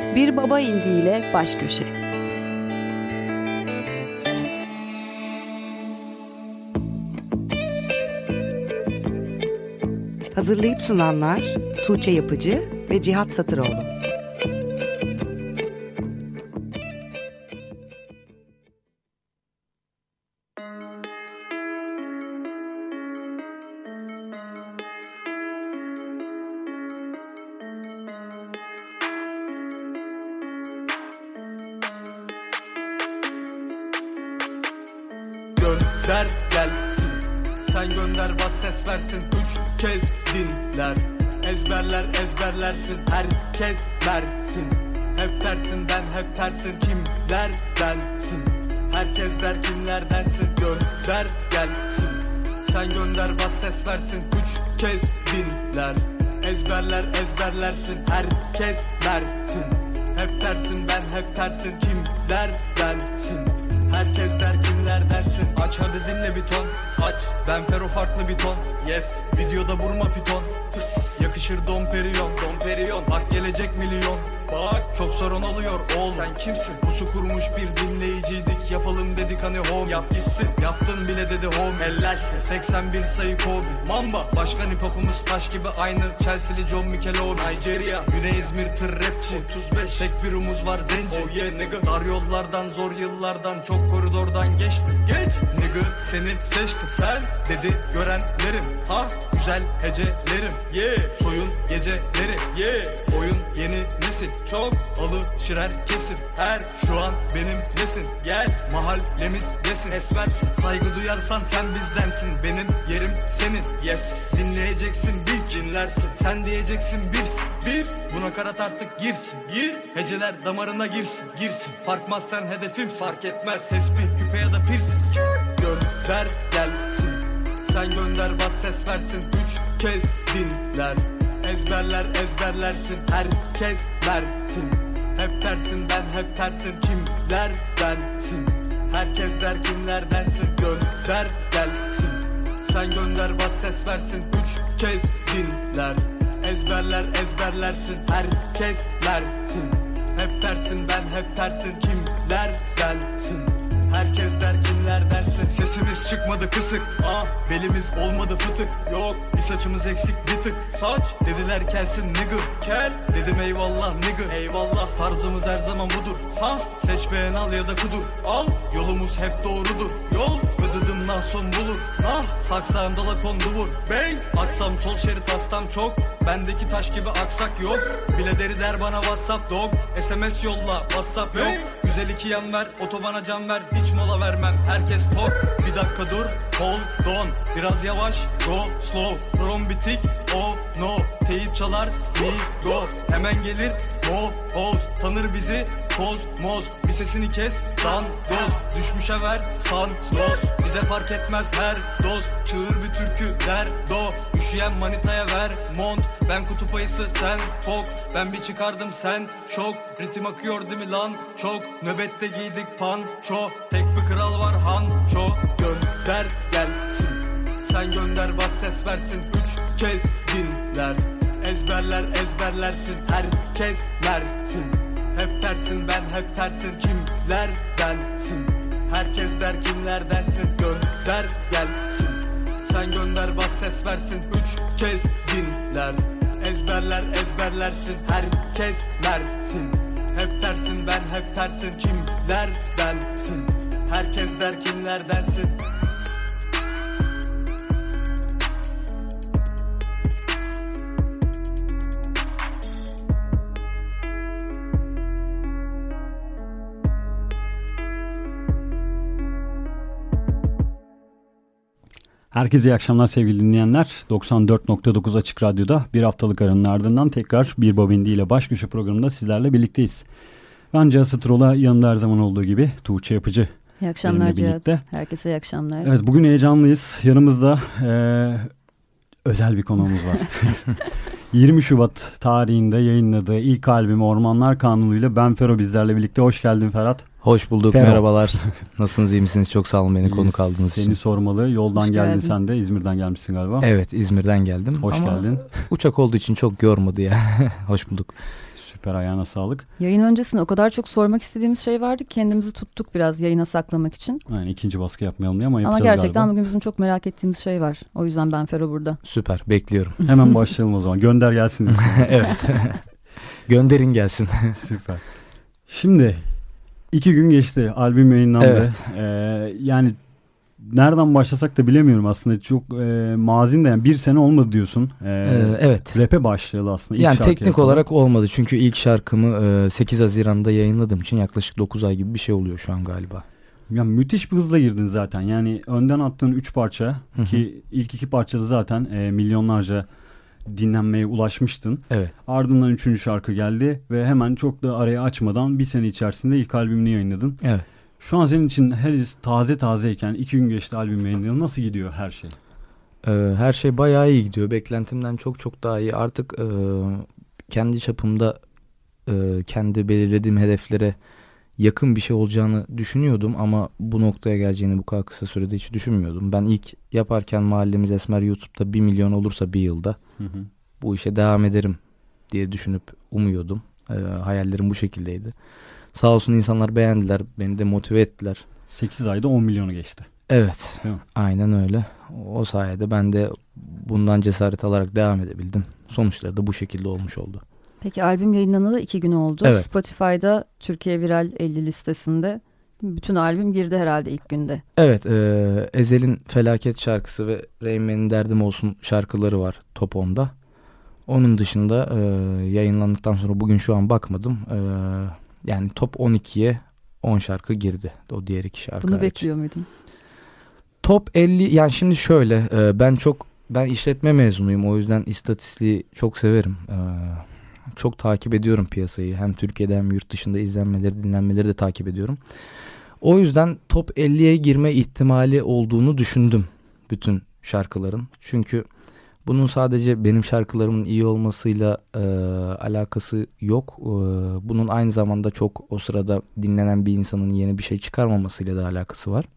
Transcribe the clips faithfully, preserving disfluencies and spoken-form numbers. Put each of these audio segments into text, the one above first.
Bir Baba İndi ile Baş Köşe. Hazırlayıp sunanlar Tuğçe Yapıcı ve Cihat Satıroğlu. Gönder gelsin, sen gönder bas ses versin. Üç kez dinler, ezberler ezberlersin. Herkes versin, hep tersin ben hep tersin. Kimlerdensin, herkes der kimlerdensin. Gönder gelsin, sen gönder bas ses versin. Üç kez dinler, ezberler ezberlersin. Herkes versin, hep tersin ben hep tersin. Kimlerdensin, herkes der kimlerdensin. Aç hadi dinle bir ton, aç. Ben Fero farklı bir ton, yes. Videoda vurma piton, tıs. Yakışır Dom Perignon, Dom Perignon. Bak gelecek milyon, bak çok sorun oluyor oğlum. Sen kimsin? Pusu kurmuş bir dinleyiciydik. Yapalım dedik hani home, yap gitsin. Yaptın bile dedi home, ellerse seksen bir sayı Kobe Mamba. Başkan hip hopumuz taş gibi aynı. Chelsea'li John Michelobi. Nigeria, Güney İzmir tır rapçi. otuz beş tek bir umuz var zenci. Oh yeah nigga. Dar yollardan zor yıllardan çok koridordan geçti. Geç nigga, seni seçtim. Sen dedi görenlerim, ha güzel hecelerim. Yeah, soyun geceleri. Yeah, oyun yeni nesil. Çok alışır herkesin. Her şu an benim nesin. Gel mahallemiz desin. Esmersin, saygı duyarsan sen bizdensin. Benim yerim senin. Yes, dinleyeceksin bil dinlersin. Sen diyeceksin birsin. Bir, buna karat artık girsin. Gir, heceler damarına girsin. Girsin, farkmaz sen hedefim. Fark etmez, tespih, küpe ya da piercing. Gönder gelsin, sen gönder bas ses versin. Üç kez dinler, ezberler ezberlersin. Herkes versin, hep tersin ben hep tersin. Kimlerdensin, herkes der kimlerdensin. Gönder gelsin, sen gönder bas ses versin. Üç kez dinler, ezberler ezberlersin. Herkes versin, hep tersin ben hep tersin. Kimlerdensin, herkes der kimlerdensin. Sesimiz çıkmadı kısık, ah belimiz olmadı fıtık. Yok bir saçımız eksik bir tık. Saç dediler kelsin nigga, kel dedim eyvallah nigga. Eyvallah tarzımız her zaman budur. Ha seç beğen al ya da kudur. Al yolumuz hep doğrudur. Yol ödedim nah son bulur. Nah saksağım dala kondu vur. Bang aksam sol şerit hastam çok. Bendeki taş gibi aksak yok. Bilederi der bana WhatsApp dog. S M S yolla WhatsApp yok. Güzel iki yan ver otobana can ver. Hiç mola vermem herkes top. Bir dakika dur hold on. Biraz yavaş go slow. Rom bitik oh no. Teyip çalar me go. Hemen gelir mo hoz. Tanır bizi toz moz. Bir sesini kes dan doz. Düşmüşe ver san doz. Bize fark etmez her doz. Çığır bir türkü der do. Üşüyen manitaya ver mont. Ben kutup ayısı sen fok. Ben bir çıkardım sen şok. Ritim akıyor değil mi lan çok. Nöbette giydik panço. Tek bir kral var hanço. Gönder gelsin, sen gönder bas ses versin. Üç kez dinler, ezberler ezberlersin. Herkes versin, hep tersin ben hep tersin. Kimlerdensin, herkes der kimlerdensin. Gönder gelsin, sen gönder bas ses versin. Üç kez dinler, ezberler ezberlersin. Herkes versin, hep tersin ben hep tersin. Kimlerdensin, herkes der kimlerdensin. Herkese iyi akşamlar sevgili dinleyenler. doksan dört nokta dokuz Açık Radyo'da bir haftalık aranın ardından tekrar Bir Baba İndi ile Baş Köşe programında sizlerle birlikteyiz. Ben Cihat Satıroğlu, yanımda her zaman olduğu gibi Tuğçe Yapıcı. İyi akşamlar Cihat. Herkese iyi akşamlar. Evet, bugün heyecanlıyız. Yanımızda e, özel bir konuğumuz var. yirmi Şubat tarihinde yayınladığı ilk albümü Ormanlar Kanunu ile Ben Fero bizlerle birlikte. Hoş geldin Ferhat. Hoş bulduk, Fero. Merhabalar. Nasılsınız, iyi misiniz? Çok sağ olun beni konuk aldığınız için. Seni sormalı. Yoldan Hoş geldin geldin. sen de. İzmir'den gelmişsin galiba. Evet, İzmir'den geldim. Hoş Ama geldin. uçak olduğu için çok yormadı ya. Hoş bulduk. Süper, ayağına sağlık. Yayın öncesinde o kadar çok sormak istediğimiz şey vardı ki kendimizi tuttuk biraz yayına saklamak için. Yani ikinci baskı yapmayalım diye ama yapacağız Ama gerçekten galiba. bugün bizim çok merak ettiğimiz şey var. O yüzden ben Fero burada. Süper, bekliyorum. Hemen başlayalım o zaman. Gönder gelsin. Evet. Gönderin gelsin. Süper. Şimdi iki gün geçti. Albüm yayınlandı. Evet. Ee, yani nereden başlasak da bilemiyorum aslında. Çok e, mazinde yani bir sene olmadı diyorsun. Ee, Ee, evet. Rap'e başlayalı aslında. İlk Yani şarkı teknik yapalım. olarak olmadı. Çünkü ilk şarkımı e, sekiz Haziran'da yayınladığım için yaklaşık dokuz ay gibi bir şey oluyor şu an galiba. Ya müthiş bir hızla girdin zaten. Yani önden attığın üç parça Hı hı. ki ilk iki parçada zaten e, milyonlarca dinlenmeye ulaşmıştın. Evet. Ardından üçüncü şarkı geldi ve hemen çok da araya açmadan bir sene içerisinde ilk albümünü yayınladın. Evet. Şu an senin için her taze tazeyken iki gün geçti albüm yayınlayalı. Nasıl gidiyor her şey? Ee, her şey bayağı iyi gidiyor. Beklentimden çok çok daha iyi. Artık e, kendi çapımda e, kendi belirlediğim hedeflere yakın bir şey olacağını düşünüyordum ama bu noktaya geleceğini bu kadar kısa sürede hiç düşünmüyordum. Ben ilk yaparken Mahallemiz Esmer YouTube'da bir milyon olursa bir yılda Hı hı. bu işe devam ederim diye düşünüp umuyordum. E, hayallerim bu şekildeydi. Sağ olsun insanlar beğendiler, beni de motive ettiler. sekiz ayda on milyonu geçti. Evet, Değil mi? aynen öyle. O sayede ben de bundan cesaret alarak devam edebildim. Sonuçları da bu şekilde olmuş oldu. Peki albüm yayınlanalı iki gün oldu. Evet. Spotify'da Türkiye Viral elli listesinde bütün albüm girdi herhalde ilk günde. Evet, e, Ezel'in Felaket şarkısı ve Reymen'in Derdim Olsun şarkıları var top onda. Onun dışında e, yayınlandıktan sonra bugün şu an bakmadım. E, yani top on ikiye on şarkı girdi. O diğer iki şarkı Bunu hariç. bekliyor muydun? Top elli, yani şimdi şöyle e, ben çok ben işletme mezunuyum, o yüzden istatistiği çok severim. E, çok takip ediyorum piyasayı, hem Türkiye'de hem yurt dışında izlenmeleri, dinlenmeleri de takip ediyorum. O yüzden top elliye girme ihtimali olduğunu düşündüm bütün şarkıların. Çünkü bunun sadece benim şarkılarımın iyi olmasıyla e, alakası yok. E, bunun aynı zamanda çok o sırada dinlenen bir insanın yeni bir şey çıkarmamasıyla da alakası var.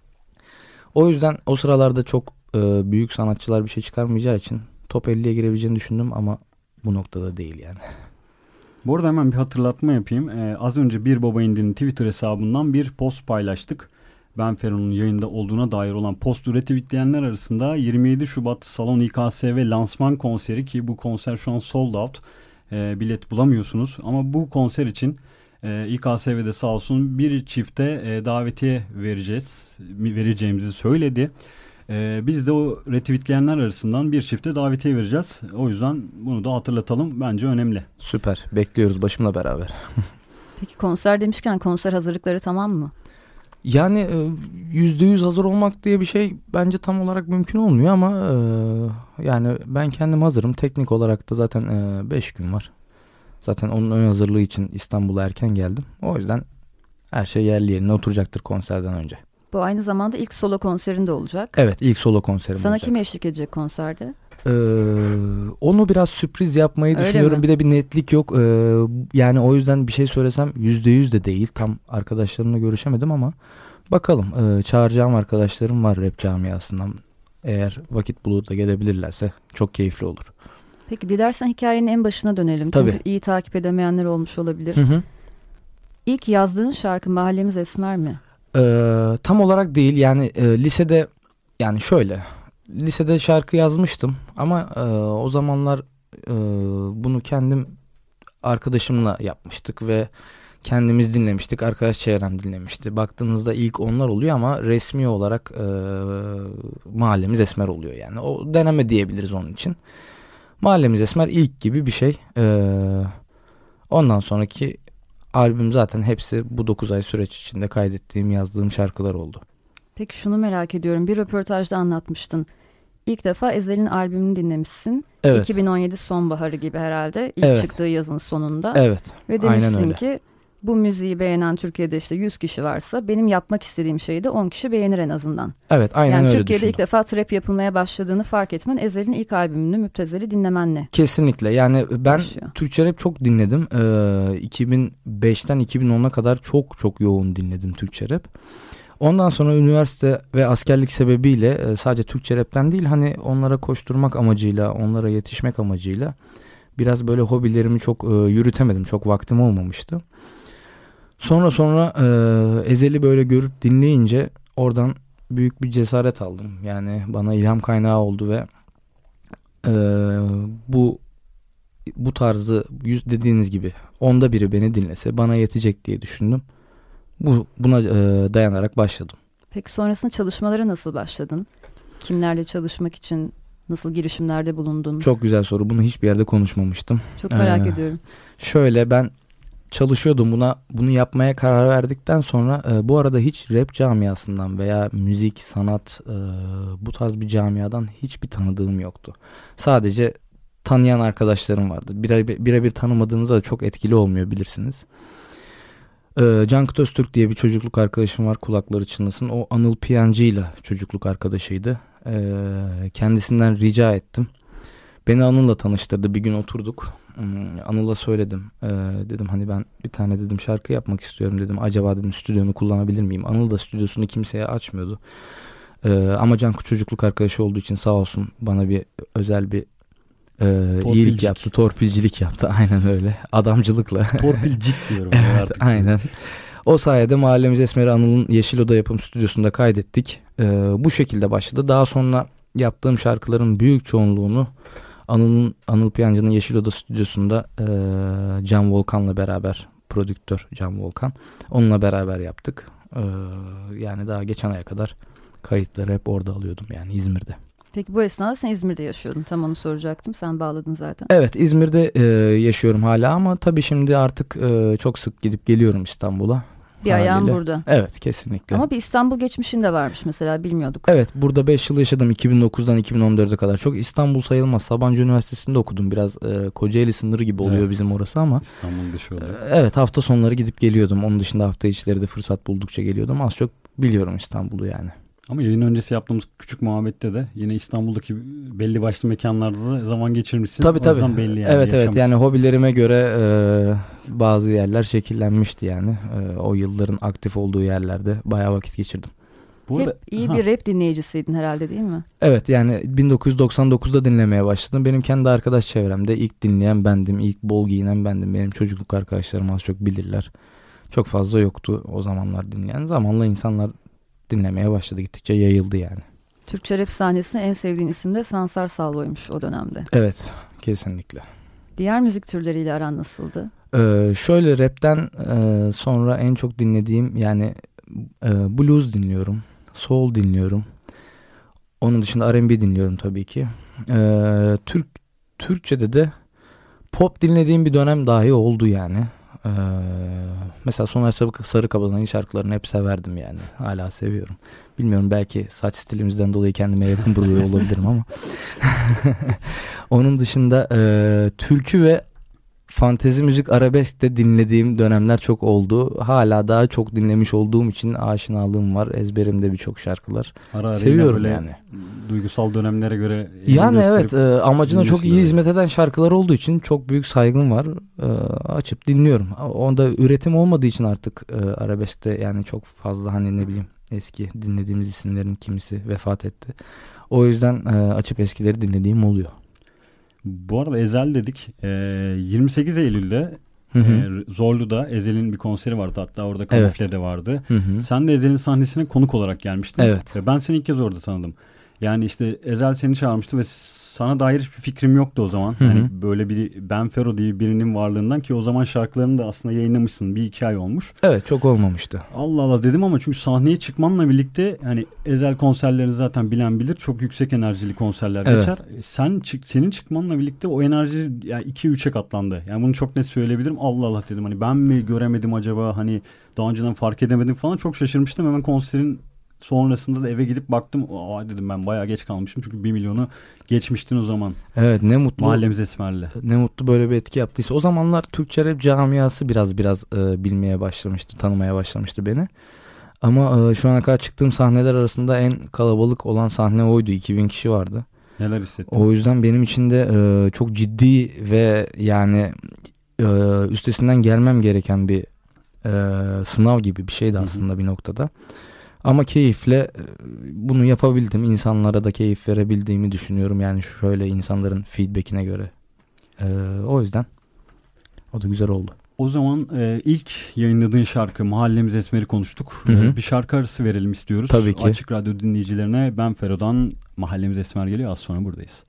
O yüzden o sıralarda çok e, büyük sanatçılar bir şey çıkarmayacağı için top elliye girebileceğini düşündüm ama bu noktada değil yani. Bu arada hemen bir hatırlatma yapayım. Ee, az önce Bir Baba İndi'nin Twitter hesabından bir post paylaştık. Ben Fero'nun yayında olduğuna dair olan postu retweetleyenler arasında yirmi yedi Şubat Salon İ K S V lansman konseri, ki bu konser şu an sold out. Ee, bilet bulamıyorsunuz ama bu konser için e, İ K S V'de sağ olsun bir çifte e, davetiye vereceğiz, vereceğimizi söyledi. Ee, biz de o retweetleyenler arasından bir çifte davetiye vereceğiz. O yüzden bunu da hatırlatalım. Bence önemli. Süper. Bekliyoruz başımla beraber. Peki konser demişken konser hazırlıkları tamam mı? Yani yüzde yüz hazır olmak diye bir şey bence tam olarak mümkün olmuyor ama e, yani ben kendim hazırım. Teknik olarak da zaten beş gün var. Zaten onun ön hazırlığı için İstanbul'a erken geldim. O yüzden her şey yerli yerine oturacaktır konserden önce. Bu aynı zamanda ilk solo konserin de olacak. Evet, ilk solo konserim Sana olacak. kim eşlik edecek konserde? Ee, onu biraz sürpriz yapmayı Öyle düşünüyorum. mi? Bir de bir netlik yok. Ee, yani o yüzden bir şey söylesem yüzde yüz de değil. Tam arkadaşlarımla görüşemedim ama bakalım. Ee, çağıracağım arkadaşlarım var rap camiasından. Eğer vakit bulup da gelebilirlerse çok keyifli olur. Peki dilersen hikayenin en başına dönelim. Tabii. Çünkü iyi takip edemeyenler olmuş olabilir. Hı hı. İlk yazdığın şarkı Mahallemiz Esmer mi? Ee, tam olarak değil. Yani e, lisede, yani şöyle, lisede şarkı yazmıştım ama e, o zamanlar e, bunu kendim arkadaşımla yapmıştık ve kendimiz dinlemiştik. Arkadaş çevrem dinlemişti. Baktığınızda ilk onlar oluyor ama resmi olarak e, Mahallemiz Esmer oluyor yani. O deneme diyebiliriz onun için. Mahallemiz Esmer ilk gibi bir şey. E, ondan sonraki albüm zaten hepsi bu dokuz ay süreç içinde kaydettiğim, yazdığım şarkılar oldu. Peki şunu merak ediyorum. Bir röportajda anlatmıştın. İlk defa Ezel'in albümünü dinlemişsin. Evet. iki bin on yedi sonbaharı gibi herhalde. İlk Evet. çıktığı yazın sonunda. Evet. Ve Aynen demişsin öyle. ki bu müziği beğenen Türkiye'de işte yüz kişi varsa benim yapmak istediğim şeyi de on kişi beğenir en azından. Evet, aynen yani öyle Türkiye'de düşündüm. ilk defa trap yapılmaya başladığını fark etmen Ezel'in ilk albümünü Müptezel'i dinlemenle. Kesinlikle. Yani ben başlıyor. Türkçe rap çok dinledim. Ee, iki bin beşten iki bin ona kadar çok çok yoğun dinledim Türkçe rap. Ondan sonra üniversite ve askerlik sebebiyle e, sadece Türkçe rapten değil, hani onlara koşturmak amacıyla, onlara yetişmek amacıyla biraz böyle hobilerimi çok e, yürütemedim. Çok vaktim olmamıştı. Sonra sonra e, Ezel'i böyle görüp dinleyince oradan büyük bir cesaret aldım. Yani bana ilham kaynağı oldu ve e, bu bu tarzı yüz dediğiniz gibi onda biri beni dinlese bana yetecek diye düşündüm. Bu buna e, dayanarak başladım. Peki sonrasında çalışmalara nasıl başladın? Kimlerle çalışmak için nasıl girişimlerde bulundun? Çok güzel soru. Bunu hiçbir yerde konuşmamıştım. Çok merak ee, ediyorum. Şöyle ben çalışıyordum buna bunu yapmaya karar verdikten sonra e, bu arada hiç rap camiasından veya müzik, sanat e, bu tarz bir camiadan hiçbir tanıdığım yoktu. Sadece tanıyan arkadaşlarım vardı. Birebir, birebir tanımadığınızda da çok etkili olmuyor bilirsiniz. E, Cankut Öztürk diye bir çocukluk arkadaşım var, kulakları çınlasın. O Anıl Piyancı'yla çocukluk arkadaşıydı. E, kendisinden rica ettim. Beni Anıl'la tanıştırdı. Bir gün oturduk. Anıl'a söyledim. Ee, dedim hani ben bir tane dedim şarkı yapmak istiyorum dedim. Acaba dedim stüdyomu kullanabilir miyim? Anıl da stüdyosunu kimseye açmıyordu. Ee, ama Cankut çocukluk arkadaşı olduğu için sağ olsun bana bir özel bir e, iyilik yaptı. Torpilcilik yaptı. Aynen öyle. Adamcılıkla. Torpilcik diyorum. Evet, artık. aynen. O sayede Mahallemiz Esmer'i Anıl'ın Yeşil Oda yapım stüdyosunda kaydettik. Ee, bu şekilde başladı. Daha sonra yaptığım şarkıların büyük çoğunluğunu Anıl'ın Anıl Piyancı'nın Yeşil Oda stüdyosunda e, Can Volkan'la beraber, prodüktör Can Volkan, onunla beraber yaptık. E, yani daha geçen aya kadar kayıtları hep orada alıyordum, yani İzmir'de. Peki bu esnada sen İzmir'de yaşıyordun. Tam onu soracaktım. Sen bağladın zaten. Evet, İzmir'de e, yaşıyorum hala ama tabii şimdi artık e, çok sık gidip geliyorum İstanbul'a. Bir haliyle. ayağım burada. Evet, kesinlikle. Ama bir İstanbul geçmişin de varmış mesela, bilmiyorduk. Evet, burada beş yıl yaşadım, iki bin dokuzdan iki bin on dörde kadar. Çok İstanbul sayılmaz. Sabancı Üniversitesi'nde okudum. Biraz e, Kocaeli sınırı gibi oluyor evet. Bizim orası ama. İstanbul dışı oluyor. E, evet, hafta sonları gidip geliyordum. Onun dışında hafta içleri de fırsat buldukça geliyordum. Az çok biliyorum İstanbul'u yani. Ama yayın öncesi yaptığımız küçük muhabbette de yine İstanbul'daki belli başlı mekanlarda da zaman geçirmişsin. Tabii tabii. O yüzden belli yani. Evet evet, yani hobilerime göre e, bazı yerler şekillenmişti yani. E, o yılların aktif olduğu yerlerde bayağı vakit geçirdim. Bu Hep arada, iyi ha. bir rap dinleyicisiydin herhalde, değil mi? Evet, yani bin dokuz yüz doksan dokuzda dinlemeye başladım. Benim kendi arkadaş çevremde ilk dinleyen bendim. İlk bol giyinen bendim. Benim çocukluk arkadaşlarım az çok bilirler. Çok fazla yoktu o zamanlar dinleyen. Zamanla insanlar dinlemeye başladı, gittikçe yayıldı yani. Türkçe rap sahnesinde en sevdiğin isim de Sansar Salvo'ymuş o dönemde. Evet, kesinlikle. Diğer müzik türleriyle aran nasıldı? Ee, şöyle rapten e, sonra en çok dinlediğim yani e, blues dinliyorum, soul dinliyorum. Onun dışında R and B dinliyorum tabii ki. Ee, Türk Türkçe'de de pop dinlediğim bir dönem dahi oldu yani. Ee, mesela Soner Sarıkabadayı'nın şarkılarını hep severdim yani. Hala seviyorum. Bilmiyorum, belki saç stilimizden dolayı kendime yakın buluyor olabilirim ama. Onun dışında e, türkü ve fantezi müzik, arabesk de dinlediğim dönemler çok oldu. Hala daha çok dinlemiş olduğum için aşinalığım var. Ezberimde birçok şarkılar. Ara ara seviyorum yani. Duygusal dönemlere göre. Yani evet, e, amacına çok iyi hizmet eden şarkılar olduğu için çok büyük saygım var. E, açıp dinliyorum. Onda üretim olmadığı için artık e, arabeskte yani çok fazla hani ne bileyim eski dinlediğimiz isimlerin kimisi vefat etti. O yüzden e, açıp eskileri dinlediğim oluyor. Bu arada Ezel dedik. E, yirmi sekiz Eylül'de hı hı. E, Zorlu'da Ezel'in bir konseri vardı. Hatta orada Kamufle evet. de vardı. Hı hı. Sen de Ezel'in sahnesine konuk olarak gelmiştin. Evet. Ve ben seni ilk kez orada tanıdım. Yani işte Ezel seni çağırmıştı ve sana dair hiçbir fikrim yoktu o zaman. Hı hı. Yani böyle bir Ben Fero diye birinin varlığından, ki o zaman şarkılarını da aslında yayınlamışsın. Bir iki ay olmuş. Evet, çok olmamıştı. Allah Allah dedim ama çünkü sahneye çıkmanla birlikte hani Ezel konserlerini zaten bilen bilir. Çok yüksek enerjili konserler evet. geçer. Sen çık, senin çıkmanla birlikte o enerji yani iki üçe katlandı. Yani bunu çok net söyleyebilirim. Allah Allah dedim, hani ben mi göremedim acaba, hani daha önceden fark edemedim falan, çok şaşırmıştım. Hemen konserin sonrasında da eve gidip baktım. Aa dedim, ben bayağı geç kalmışım. Çünkü bir milyonu geçmiştin o zaman. Evet, ne mutlu. Mahallemiz Esmer'le. Ne mutlu böyle bir etki yaptıysa. O zamanlar Türkçe rap camiası biraz biraz e, bilmeye başlamıştı. Tanımaya başlamıştı beni. Ama e, şu ana kadar çıktığım sahneler arasında en kalabalık olan sahne oydu. iki bin kişi vardı. Neler hissettin? O yüzden benim için de e, çok ciddi ve yani e, üstesinden gelmem gereken bir e, sınav gibi bir şeydi aslında. Hı hı. Bir noktada. Ama keyifle bunu yapabildim. İnsanlara da keyif verebildiğimi düşünüyorum. Yani şöyle insanların feedbackine göre. Ee, o yüzden o da güzel oldu. O zaman e, ilk yayınladığın şarkı Mahallemiz Esmer'i konuştuk. Hı hı. E, bir şarkı arası verelim istiyoruz. Tabii ki. Açık Radyo dinleyicilerine Ben Fero'dan Mahallemiz Esmer geliyor. Az sonra buradayız.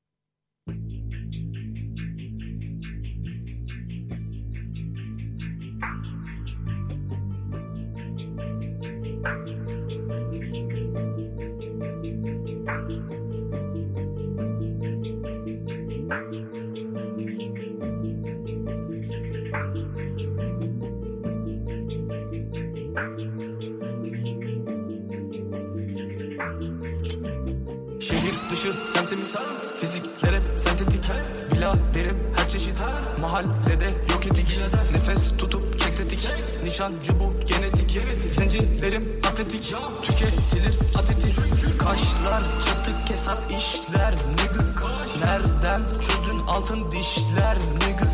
Şehir dışı semtimiz, fiziklere sentetik, biladerim her çeşit, mahallede yok edik, nefes tutup çektetik, nişancı bu genetik, zincirlerim atletik, tüketilir atetik, kaşlar çatık kesat işler, nigga, nereden çözdün altın dişler, nigga,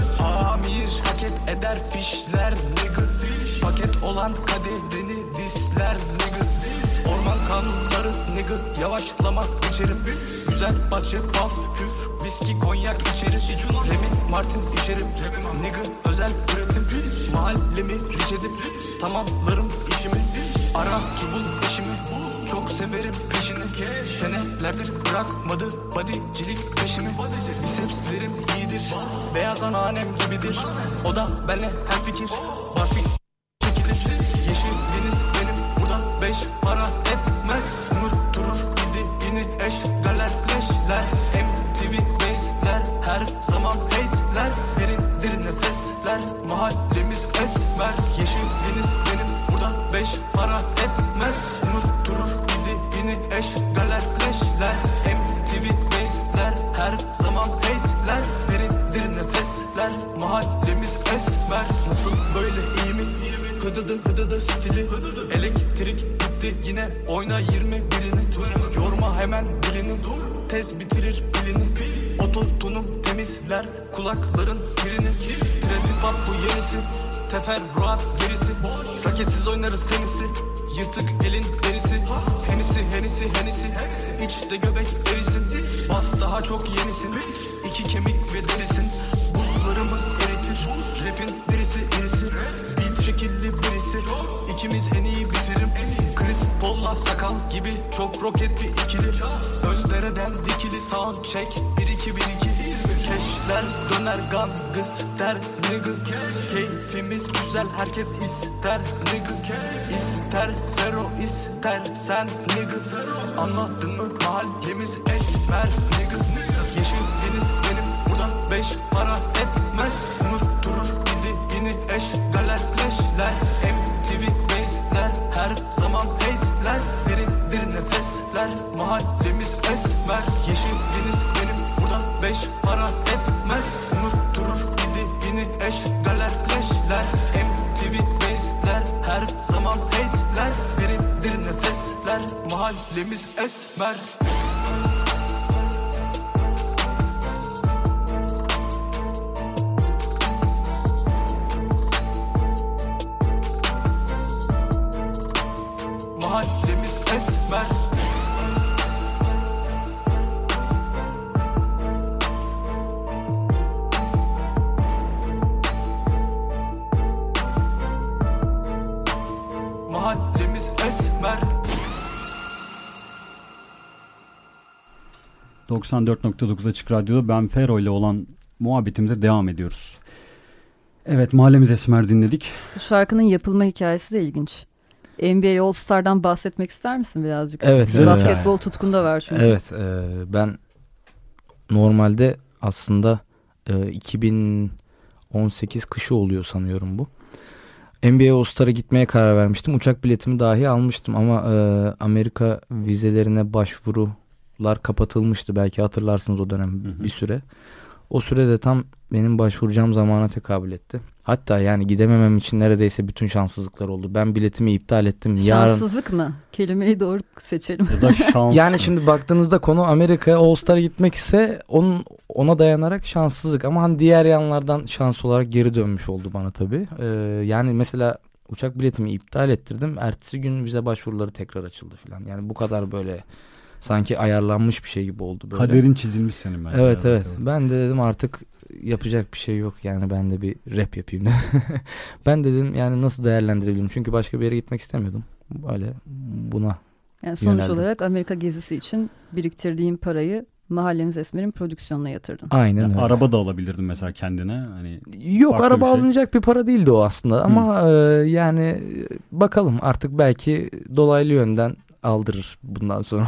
amir hareket eder fişler, nigga, paket olan kaderini disler, nigga, orman kanunları nigga, yavaşlama içerim, güzel bahçe paf küf, viski konyak içerir, Remi Martin içerim, nigga, özel üretim, mahallemi riş edip tamamlarım işimi, ara ki bul eşimi, çok severim peşini, senelerdir bırakmadı bodycilik peşimi, bisepslerim iyidir, beyaz anneannem gibidir, o da benle hemfikir, barfix çekilir, yeşil deniz benim burada beş para etmez, unutturur bildiğini eşgaller leşler, M T V base'ler, her zaman heyzler, derin derin nefesler, mahallemiz esmer, yeşil deniz benim burada beş para etmez, unutturur bildiğini eşgaller leşler, M T V base'ler, her zaman heyzler, derin derin nefesler, mahallemiz esmer, nasıl böyle iyi mi? Hıdıdı hıdıdı stili, elektrik gitti yine oyna yirmi birini, yorma hemen dilini, tez bitirir pilini, ototunum temizler kulakların kirini, trafik pop bu yenisi, teferruat gerisi, raketsiz oynarız tenisi, yırtık elin derisi, henisi henisi henisi, içte göbek erisin, bas daha çok yenisin, iki kemik ve derisin, buzlarımı eritir, rapin derisi irisi, beat şekilli birisi, ikimiz en iyi bitirim, Chris Paul'la sakal gibi çok roket bir ikili, Özdere'den dikili sound check bir iki bir iki, keşler döner gangster nigga, keyfimiz güzel herkes ister nigga, ister fero ister sen nigga, anladın mı mahallemiz esmer nigga, yeşil deniz benim burada beş para etmez, unutturur bildiğini eşgaller leşler, M T V base'ler, her zaman heyzler, derin derin nefesler, mahallemiz esmer, yeşil deniz benim burada beş para etmez, unutturur bildiğini eşgaller leşler, M T V base'ler, her zaman heyzler, derin derin nefesler, mahallemiz esmer. Mahallemiz esmer. Mahallemiz esmer. doksan dört nokta dokuz Açık Radyo'da Ben Fero ile olan muhabbetimize devam ediyoruz. Evet, Mahallemiz Esmer dinledik. Bu şarkının yapılma hikayesi de ilginç. N B A All-Star'dan bahsetmek ister misin birazcık? Evet. Güzel evet. Basketbol tutkun da var çünkü. Evet. E, ben normalde aslında e, iki bin on sekiz kışı oluyor sanıyorum bu. N B A All-Star'a gitmeye karar vermiştim. Uçak biletimi dahi almıştım ama e, Amerika vizelerine başvurular kapatılmıştı. Belki hatırlarsınız o dönem hı hı. bir süre. O sürede tam benim başvuracağım zamana tekabül etti. Hatta yani gidememem için neredeyse bütün şanssızlıklar oldu. Ben biletimi iptal ettim. Şanssızlık Yarın... mı? Kelimeyi doğru seçelim. Ya da şans. Yani şimdi baktığınızda konu Amerika'ya All-Star'a gitmek ise onun, ona dayanarak şanssızlık. Ama hani diğer yanlardan şans olarak geri dönmüş oldu bana tabii. Ee, yani mesela uçak biletimi iptal ettirdim. Ertesi gün vize başvuruları tekrar açıldı falan. Yani bu kadar böyle Sanki ayarlanmış bir şey gibi oldu böyle. Kaderin çizilmiş senin bence. Evet evet. Ben de dedim artık yapacak bir şey yok yani, ben de bir rap yapayım. Ben dedim yani nasıl değerlendirebilirim? Çünkü başka bir yere gitmek istemiyordum. Böyle buna Yani sonuç yöneldim. olarak Amerika gezisi için biriktirdiğin parayı Mahallemiz Esmer'in prodüksiyonuna yatırdın. Aynen yani öyle. araba da alabilirdin mesela kendine. Hani yok, araba bir şey. alınacak bir para değildi o aslında. Hmm. Ama e, yani bakalım artık, belki dolaylı yönden aldırır bundan sonra.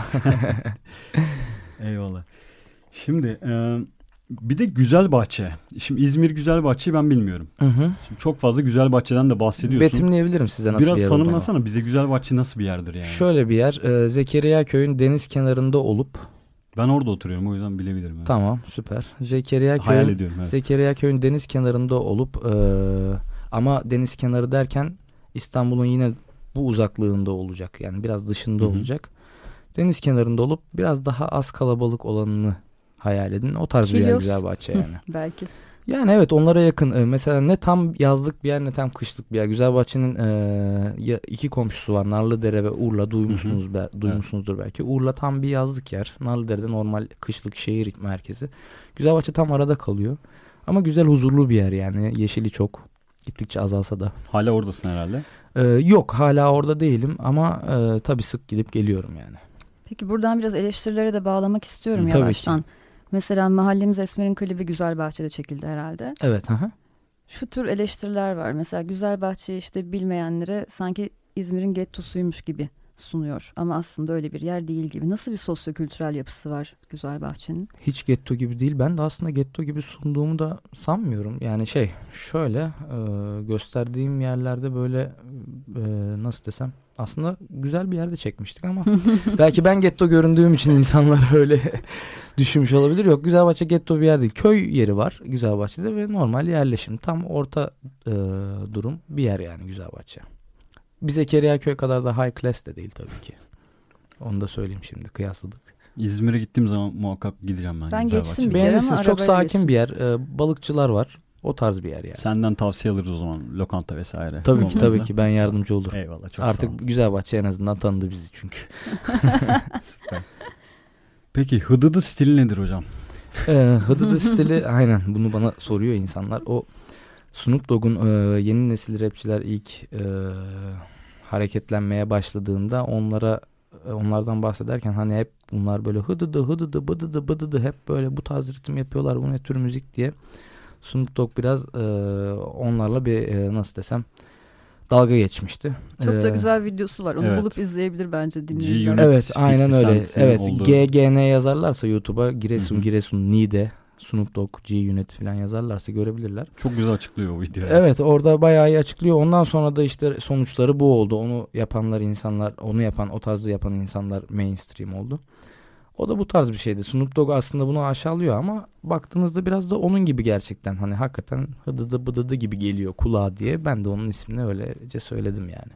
Eyvallah. Şimdi e, bir de Güzelbahçe. Şimdi İzmir Güzelbahçe'yi ben bilmiyorum. Hı hı. Şimdi çok fazla Güzelbahçe'den de bahsediyorsun. Betimleyebilirim size nasıl Biraz bir yer tanımlasana olduğunu. bize, Güzelbahçe nasıl bir yerdir yani? Şöyle bir yer, e, Zekeriya Köy'ün deniz kenarında olup. Ben orada oturuyorum, o yüzden bilebilirim. Yani. Tamam, süper. Zekeriya Hayal Köy'ün, ediyorum. Evet. Zekeriya Köy'ün deniz kenarında olup e, ama deniz kenarı derken İstanbul'un yine bu uzaklığında olacak. Yani biraz dışında Hı hı. olacak. Deniz kenarında olup biraz daha az kalabalık olanını hayal edin. O tarz bir yer Güzelbahçe yani. Belki. Yani evet, onlara yakın. Ee, mesela ne tam yazlık bir yer ne tam kışlık bir yer. Güzelbahçe'nin e, iki komşusu var. Narlıdere ve Urla, duymuşsunuz hı hı. Be, duymuşsunuzdur evet. belki. Urla tam bir yazlık yer. Narlıdere'de normal kışlık şehir merkezi. Güzelbahçe tam arada kalıyor. Ama güzel, huzurlu bir yer yani. Yeşili çok. Gittikçe azalsa da. Hala oradasın herhalde. Ee, yok, hala orada değilim ama e, tabii sık gidip geliyorum yani. Peki buradan biraz eleştirilere de bağlamak istiyorum Tabii yavaştan. ki. Mesela Mahallemiz Esmer'in klibi Güzelbahçe'de çekildi herhalde. Evet. Aha. Şu tür eleştiriler var. Mesela Güzelbahçe'yi işte bilmeyenlere sanki İzmir'in gettosuymuş gibi sunuyor. Ama aslında öyle bir yer değil gibi. Nasıl bir sosyokültürel yapısı var Güzelbahçe'nin? Hiç getto gibi değil. Ben de aslında getto gibi sunduğumu da sanmıyorum. Yani şey şöyle e, gösterdiğim yerlerde böyle e, nasıl desem, aslında güzel bir yerde çekmiştik ama belki ben getto göründüğüm için insanlar öyle düşünmüş olabilir. Yok, Güzelbahçe getto bir yer değil. Köy yeri var Güzelbahçe'de ve normal yerleşim. Tam orta e, durum bir yer yani Güzelbahçe. Bir Zekeriya Köy kadar da high class de değil tabii ki. Onu da söyleyeyim şimdi, kıyasladık. İzmir'e gittiğim zaman muhakkak gideceğim ben. Ben geçtim bir kere. Beğenirsiniz, çok sakin geçtim. bir yer. Ee, balıkçılar var. O tarz bir yer yani. Senden tavsiye alırız o zaman, lokanta vesaire. Tabii Olmaz ki tabii da. ki ben yardımcı olurum. Eyvallah, çok Artık Güzelbahçe en azından tanıdı bizi çünkü. Süper. Peki Hıdıdı stili nedir hocam? Ee, Hıdıdı stili aynen, bunu bana soruyor insanlar. O Snoop Dogg'un e, yeni nesil rapçiler ilk e, hareketlenmeye başladığında onlara onlardan bahsederken hani hep bunlar böyle hıdıdı hıdıdı bıdıdı bıdıdı hep böyle bu tarz ritim yapıyorlar, bu ne tür müzik diye Snoop Dogg biraz e, onlarla bir e, nasıl desem dalga geçmişti. Çok ee, da güzel videosu var. Onu evet. bulup izleyebilir bence dinleyiciler. G-Unit, evet aynen öyle. Evet, olduğu... G G N yazarlarsa YouTube'a Giresun Hı-hı. Giresun Niğde Snoop Dogg G-Unit falan yazarlarsa görebilirler. Çok güzel açıklıyor o videoyu. Evet, orada bayağı iyi açıklıyor. Ondan sonra da işte sonuçları bu oldu. Onu yapanlar insanlar, onu yapan, o tarzı yapan insanlar mainstream oldu. O da bu tarz bir şeydi. Snoop Dogg aslında bunu aşağılıyor ama baktığınızda biraz da onun gibi gerçekten. Hani hakikaten hıdıdı bıdıdı gibi geliyor kulağa diye. Ben de onun ismini öylece söyledim yani.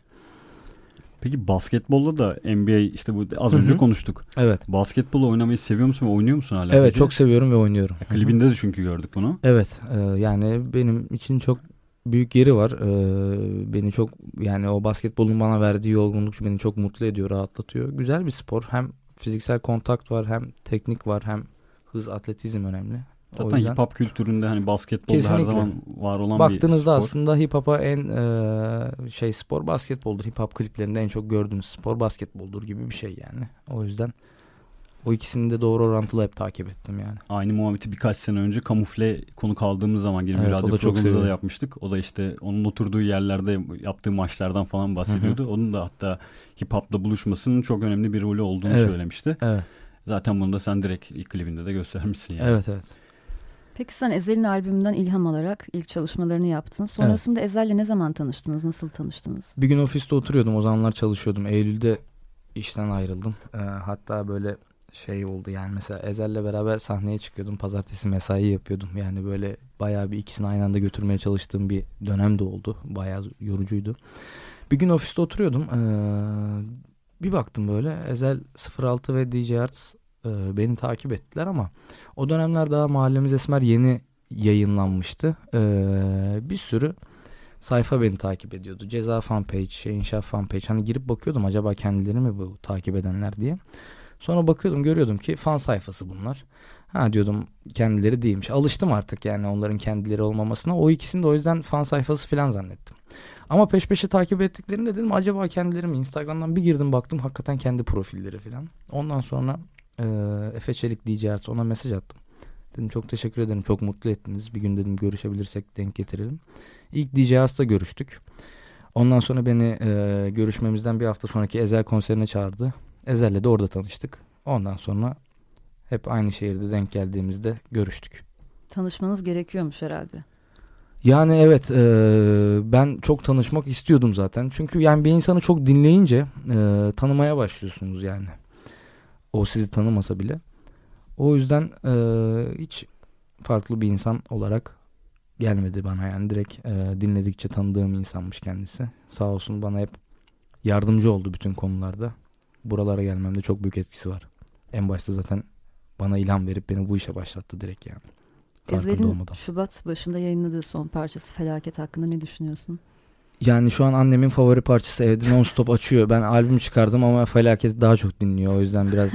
Peki basketbolda da N B A işte bu az önce Hı-hı. konuştuk. Evet. Basketbolu oynamayı seviyor musun ve oynuyor musun hala? Evet, peki? çok seviyorum ve oynuyorum. Ya, klibinde de çünkü gördük bunu. Evet, e, yani benim için çok büyük yeri var. E, beni çok, yani o basketbolun bana verdiği yorgunluk beni çok mutlu ediyor, rahatlatıyor. Güzel bir spor. Hem fiziksel kontakt var, hem teknik var, hem hız, atletizm önemli. Zaten yüzden... hip hop kültüründe hani basketbolda Kesinlikle. her zaman var olan Baktığınızda bir spor. aslında hip hop'a en e, şey spor basketboldur. Hip hop kliplerinde en çok gördüğünüz spor basketboldur gibi bir şey yani. O yüzden o ikisini de doğru orantılı hep takip ettim yani. Aynı muhabbeti birkaç sene önce Kamufle konuk aldığımız zaman gibi Evet, bir o radyo da çok programımızda da seviyorum. yapmıştık. O da işte onun oturduğu yerlerde yaptığı maçlardan falan bahsediyordu. Hı hı. Onun da hatta hip hop'la buluşmasının çok önemli bir rolü olduğunu evet. söylemişti. Evet. Zaten bunu da sen direkt ilk klibinde de göstermişsin yani. Evet evet. Peki sen Ezel'in albümünden ilham alarak ilk çalışmalarını yaptın. Sonrasında evet. Ezel'le ne zaman tanıştınız? Nasıl tanıştınız? Bir gün ofiste oturuyordum. O zamanlar çalışıyordum. Eylül'de işten ayrıldım. Ee, hatta böyle şey oldu yani, mesela Ezel'le beraber sahneye çıkıyordum. Pazartesi mesai yapıyordum. Yani böyle bayağı bir ikisini aynı anda götürmeye çalıştığım bir dönem de oldu. Bayağı yorucuydu. Bir gün ofiste oturuyordum. Ee, bir baktım böyle Ezel sıfır altı ve D J Arts e, beni takip ettiler ama o dönemler daha Mahallemiz Esmer yeni yayınlanmıştı. Ee, bir sürü sayfa beni takip ediyordu. Ceza fanpage, İnşaat fanpage. Hani girip bakıyordum acaba kendileri mi bu takip edenler diye. Sonra bakıyordum, görüyordum ki fan sayfası bunlar. Ha diyordum, kendileri değilmiş. Alıştım artık yani onların kendileri olmamasına. O ikisini de o yüzden fan sayfası falan zannettim. Ama peş peşe takip ettiklerinde dedim acaba kendileri mi? Instagram'dan bir girdim baktım hakikaten kendi profilleri falan. Ondan sonra e, Efe Çelik D J Arts ona mesaj attım. Dedim çok teşekkür ederim, çok mutlu ettiniz. Bir gün dedim görüşebilirsek denk getirelim. İlk D J Arts'la görüştük. Ondan sonra beni e, görüşmemizden bir hafta sonraki Ezel konserine çağırdı. Ezel'le de orada tanıştık. Ondan sonra hep aynı şehirde denk geldiğimizde görüştük. Tanışmanız gerekiyormuş herhalde. Yani evet, e, ben çok tanışmak istiyordum zaten. Çünkü yani bir insanı çok dinleyince e, tanımaya başlıyorsunuz yani. O sizi tanımasa bile. O yüzden e, hiç farklı bir insan olarak gelmedi bana yani. Direkt e, dinledikçe tanıdığım insanmış kendisi. Sağ olsun bana hep yardımcı oldu bütün konularda. Buralara gelmemde çok büyük etkisi var. En başta zaten bana ilham verip beni bu işe başlattı direkt yani. Ezel'in Şubat başında yayınladığı son parçası Felaket hakkında ne düşünüyorsun? Yani şu an annemin favori parçası, evde non stop açıyor. Ben albüm çıkardım ama Felaket'i daha çok dinliyor. O yüzden biraz...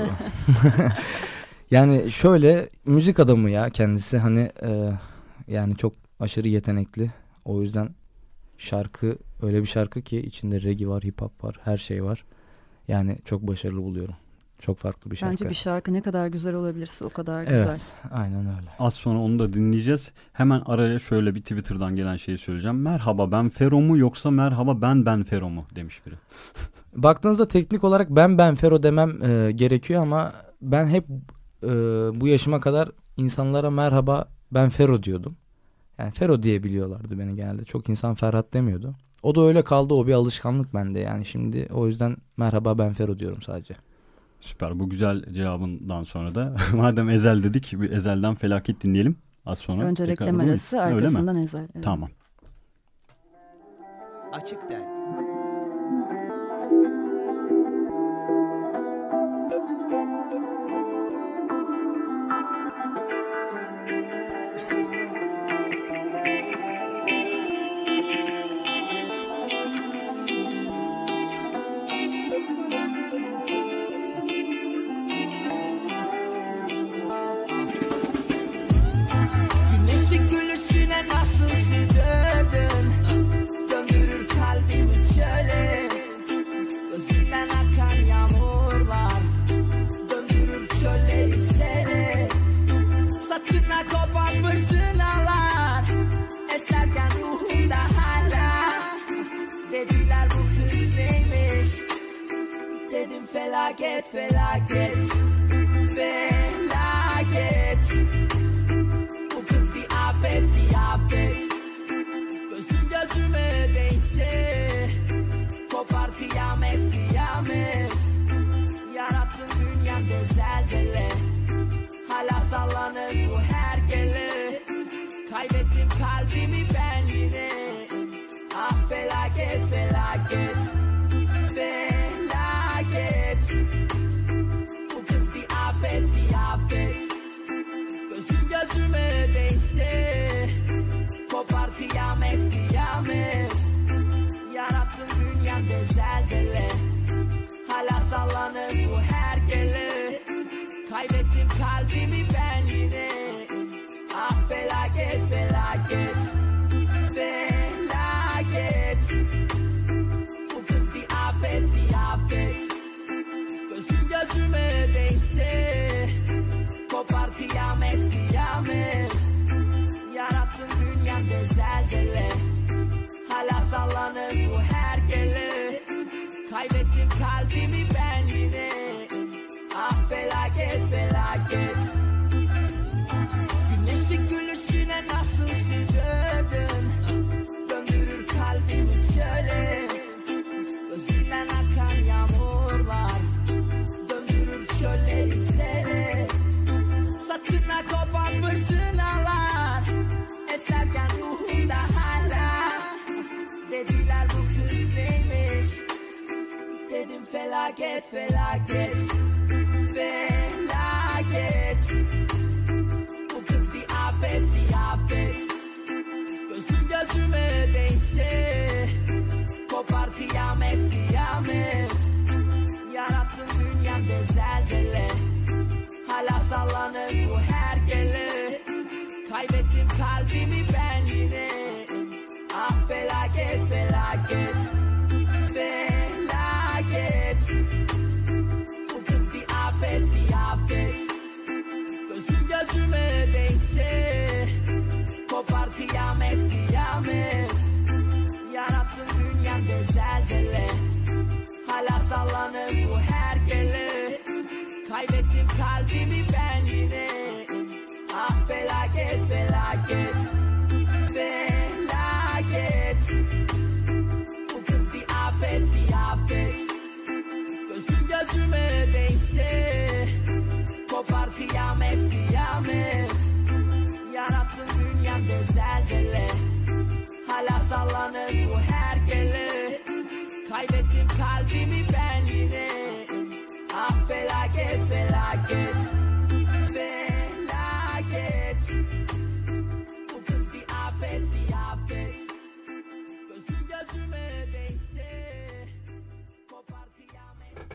Yani şöyle, müzik adamı ya kendisi, hani e, yani çok aşırı yetenekli. O yüzden şarkı öyle bir şarkı ki içinde reggae var, hip hop var, her şey var. Yani çok başarılı buluyorum. Çok farklı bir şarkı. Bence bir şarkı ne kadar güzel olabilirse o kadar güzel. Evet, aynen öyle. Az sonra onu da dinleyeceğiz. Hemen araya şöyle bir Twitter'dan gelen şeyi söyleyeceğim. Merhaba ben Fero mu yoksa merhaba ben ben Fero mu demiş biri. Baktığınızda teknik olarak ben ben Fero demem e, gerekiyor ama ben hep e, bu yaşıma kadar insanlara merhaba ben Fero diyordum. Yani Fero diye biliyorlardı beni genelde. Çok insan Ferhat demiyordu. O da öyle kaldı, o bir alışkanlık bende yani şimdi, o yüzden merhaba ben Fero diyorum sadece. Süper, bu güzel cevabından sonra da madem Ezel dedik, bir Ezel'den Felaket dinleyelim. Az sonra önce reklam arası, arkasından Ezel. Evet. Tamam. Açık dergi. Felaket, felaket, felaket. Bu kız bir afet, bir afet. Gözüm gözüme değse kopar kıyamet, kıyamet. Yarattın dünyamda zelzele, hala sallanır bu hergele. Kaybettim kalbimi ben yine. Ah felaket, felaket, felaket. Bu kız bir afet, bir afet. Gözüm gözüme değse kopar kıyamet, kıyamet. Yarattın dünyamda zelzele, hala sallanır bu hergele. Kaybettim kalbimi ben yine. Ah felaket, felaket, felaket. Bu kız bir afet, bir afet. Gözüm gözüme değse kopar kıyamet, kıyamet. Yarattın dünyamda zelzele, hala sallanır bu hergele. Kaybettim kalbimi ben yine. Ah felaket, felaket. Güneşin gülüşüne nasıl sıcırdın, döndürür kalbimi çöle. Gözünden akan yağmurlar döndürür çölleri sele. Saçına kopan fırtınalar eserken ruhumda hala. Dediler bu kız neymiş, dedim felaket, felaket, felaket. Bu kız bir afet, bir afet. Gözüm gözüme değse kopar kıyamet, kıyamet. Yarattın dünyamda zelzele, sallanır bu her gele. Kaybettim kalbimi ben yine. Ah felaket felaket felaket. Bu kız bir afet bir afet. Gözüm gözüme değse kopar kıyamet kıyamet. Yarattın dünyamda zelzele. Hala sallanır bu her gele. Kaybettim kalbimi ben yine. Ah felaket felaket felaket. Bu kız bir afet bir afet. Gözüm gözüme değse kopar kıyamet kıyamet. Yarattın dünyamda zelzele. Hala sallanır bu her gele. Kaybettim kalbimi ben yine. Ah felaket felaket felaket. Bu kız bir afet bir afet. Gözüm gözüme değse kopar kıyamet.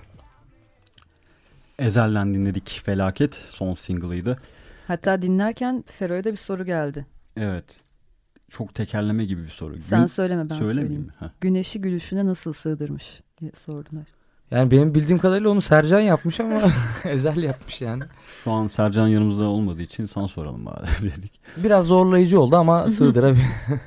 Ezel'den dinledik Felaket, son single'ıydı. Hatta dinlerken Fero'ya da bir soru geldi. Evet. Çok tekerleme gibi bir soru. Sen Gün... söyleme ben Söylemeyeyim söyleyeyim. mi? Heh. Güneşi gülüşüne nasıl sığdırmış diye sordular. Yani benim bildiğim kadarıyla onu Sercan yapmış ama Ezel yapmış yani. Şu an Sercan yanımızda olmadığı için sana soralım bari dedik. Biraz zorlayıcı oldu ama sığdırabilir.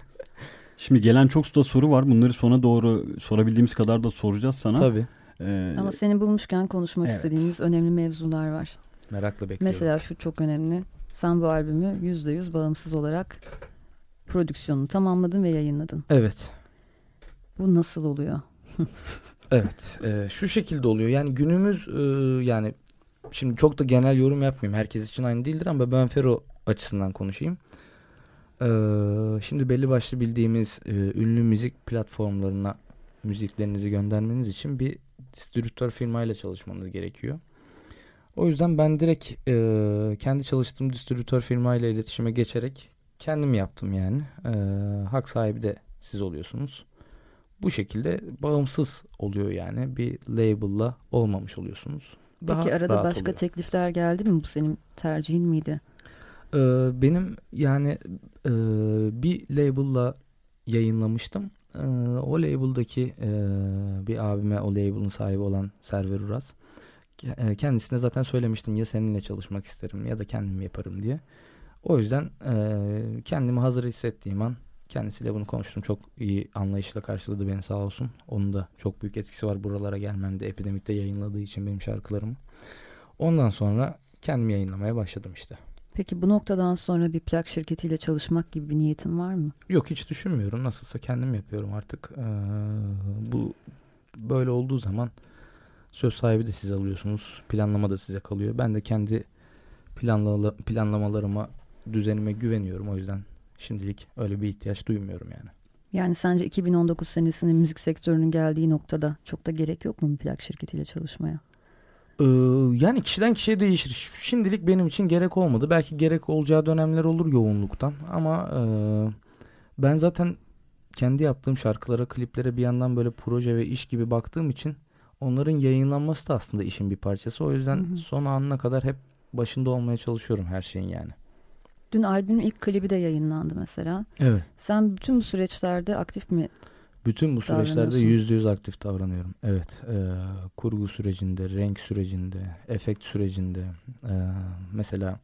Şimdi gelen çok da soru var. Bunları sona doğru sorabildiğimiz kadar da soracağız sana. Tabii. Ee, Ama seni bulmuşken konuşmak evet. istediğimiz önemli mevzular var. Merakla bekliyorum. Mesela şu çok önemli. Sen bu albümü yüzde yüz bağımsız olarak prodüksiyonunu tamamladın ve yayınladın. Evet. Bu nasıl oluyor? Evet. E, şu şekilde oluyor. Yani günümüz e, yani şimdi çok da genel yorum yapmayayım. Herkes için aynı değildir ama ben Fero açısından konuşayım. E, şimdi belli başlı bildiğimiz e, ünlü müzik platformlarına müziklerinizi göndermeniz için bir distribütör firmayla çalışmanız gerekiyor. O yüzden ben direkt e, kendi çalıştığım distribütör firmayla iletişime geçerek kendim yaptım yani. E, hak sahibi de siz oluyorsunuz. Bu şekilde bağımsız oluyor yani. Bir label'la olmamış oluyorsunuz. Daha Peki arada rahat başka oluyor. teklifler geldi mi? Bu senin tercihin miydi? Ee, benim yani e, bir label'la yayınlamıştım. Ee, o label'daki e, bir abime, o label'ın sahibi olan Server Uras. E, kendisine zaten söylemiştim ya seninle çalışmak isterim ya da kendim yaparım diye. O yüzden e, kendimi hazır hissettiğim an kendisiyle bunu konuştum. Çok iyi anlayışla karşıladı beni sağ olsun. Onun da çok büyük etkisi var buralara gelmemde. Epidemik'te yayınladığı için benim şarkılarımı. Ondan sonra kendim yayınlamaya başladım işte. Peki bu noktadan sonra bir plak şirketiyle çalışmak gibi bir niyetin var mı? Yok hiç düşünmüyorum. Nasılsa kendim yapıyorum artık. Ee, bu böyle olduğu zaman söz sahibi de siz alıyorsunuz. Planlama da size kalıyor. Ben de kendi planla, planlamalarıma, düzenime güveniyorum. O yüzden şimdilik öyle bir ihtiyaç duymuyorum yani. Yani sence iki bin on dokuz senesinin müzik sektörünün geldiği noktada çok da gerek yok mu bir plak şirketiyle çalışmaya? Ee, yani kişiden kişiye değişir. Şimdilik benim için gerek olmadı. Belki gerek olacağı dönemler olur yoğunluktan. Ama e, ben zaten kendi yaptığım şarkılara, kliplere bir yandan böyle proje ve iş gibi baktığım için onların yayınlanması da aslında işin bir parçası. O yüzden hı hı. son anına kadar hep başında olmaya çalışıyorum her şeyin yani. Dün albümün ilk klibi de yayınlandı mesela. Evet. Sen bütün bu süreçlerde aktif mi Bütün bu süreçlerde yüzde yüz aktif davranıyorum. Evet. E, kurgu sürecinde, renk sürecinde, efekt sürecinde. E, mesela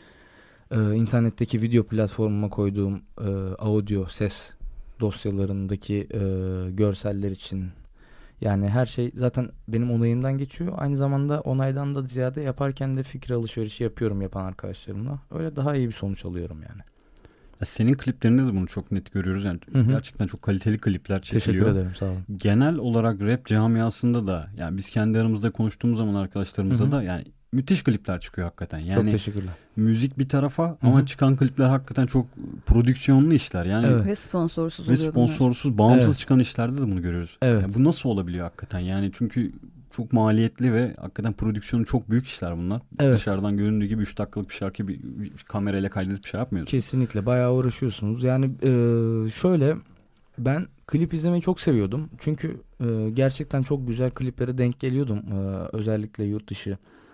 e, internetteki video platformuma koyduğum e, audio, ses dosyalarındaki e, görseller için. Yani her şey zaten benim onayımdan geçiyor. Aynı zamanda onaydan da ziyade yaparken de fikir alışverişi yapıyorum yapan arkadaşlarımla. Öyle daha iyi bir sonuç alıyorum yani. Ya senin kliplerinde de bunu çok net görüyoruz. Yani hı hı. gerçekten çok kaliteli klipler çekiliyor. Teşekkür ederim, sağ olun. Genel olarak rap camiasında da yani biz kendi aramızda konuştuğumuz zaman arkadaşlarımızla hı hı. da yani müthiş klipler çıkıyor hakikaten. Yani çok teşekkürler. Müzik bir tarafa hı hı. ama çıkan klipler hakikaten çok prodüksiyonlu işler. Yani evet. Ve sponsorsuz ve oluyor. Ve sponsorsuz, bunlar. bağımsız evet. çıkan işlerde de bunu görüyoruz. Evet. Yani bu nasıl olabiliyor hakikaten? Yani çünkü çok maliyetli ve hakikaten prodüksiyonu çok büyük işler bunlar. Evet. Dışarıdan göründüğü gibi üç dakikalık bir şarkı bir, bir kamerayla kaydedip bir şey yapmıyorsunuz. Kesinlikle bayağı uğraşıyorsunuz. Yani e, şöyle ben klip izlemeyi çok seviyordum. Çünkü e, gerçekten çok güzel kliplere denk geliyordum. E, özellikle yurt dışı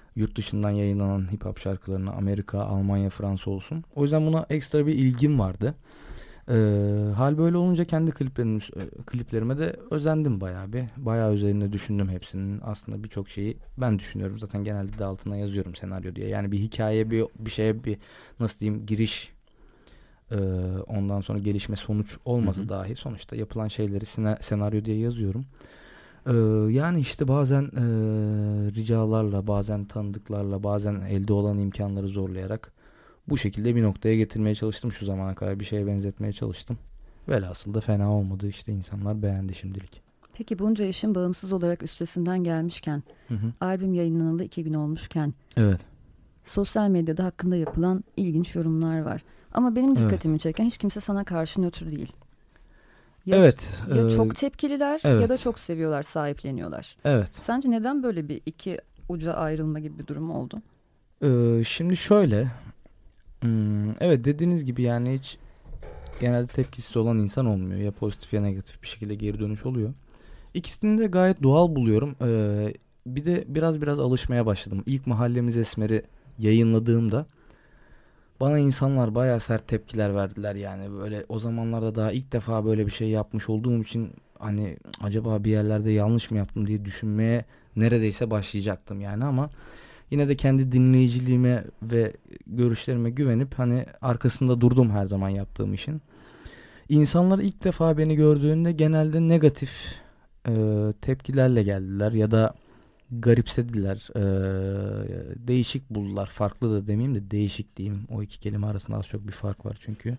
Yurt dışından yayınlanan hip hop şarkılarına Amerika, Almanya, Fransa olsun. O yüzden buna ekstra bir ilgim vardı. Ee, hal böyle olunca kendi kliplerim, kliplerime de özendim bayağı bir. Bayağı üzerine düşündüm hepsinin. Aslında birçok şeyi ben düşünüyorum. Zaten genelde de altına yazıyorum senaryo diye. Yani bir hikaye, bir, bir şeye bir nasıl diyeyim giriş, e, ondan sonra gelişme, sonuç olmasa hı hı. dahi sonuçta yapılan şeyleri sena, senaryo diye yazıyorum. Ee, yani işte bazen e, ricalarla, bazen tanıdıklarla, bazen elde olan imkanları zorlayarak bu şekilde bir noktaya getirmeye çalıştım şu zamana kadar. Bir şeye benzetmeye çalıştım. Velhasıl da fena olmadı. İşte insanlar beğendi şimdilik. Peki bunca işin bağımsız olarak üstesinden gelmişken, hı hı. albüm yayınlanalı iki gün olmuşken, evet. sosyal medyada hakkında yapılan ilginç yorumlar var. Ama benim dikkatimi evet. çeken hiç kimse sana karşı nötr değil. Ya evet. Ya e, çok tepkililer evet. ya da çok seviyorlar, sahipleniyorlar. Evet. Sence neden böyle bir iki uca ayrılma gibi bir durum oldu? Ee, şimdi şöyle... Hmm, evet dediğiniz gibi yani hiç genelde tepkisiz olan insan olmuyor. Ya pozitif ya negatif bir şekilde geri dönüş oluyor. İkisini de gayet doğal buluyorum. Ee, bir de biraz biraz alışmaya başladım. İlk Mahallemiz Esmer'i yayınladığımda bana insanlar bayağı sert tepkiler verdiler yani. Böyle o zamanlarda daha ilk defa böyle bir şey yapmış olduğum için hani acaba bir yerlerde yanlış mı yaptım diye düşünmeye neredeyse başlayacaktım yani ama yine de kendi dinleyiciliğime ve görüşlerime güvenip hani arkasında durdum her zaman yaptığım işin. İnsanlar ilk defa beni gördüğünde genelde negatif e, tepkilerle geldiler ya da garipsediler, e, değişik buldular. Farklı da demeyeyim de değişik diyeyim. O iki kelime arasında az çok bir fark var çünkü.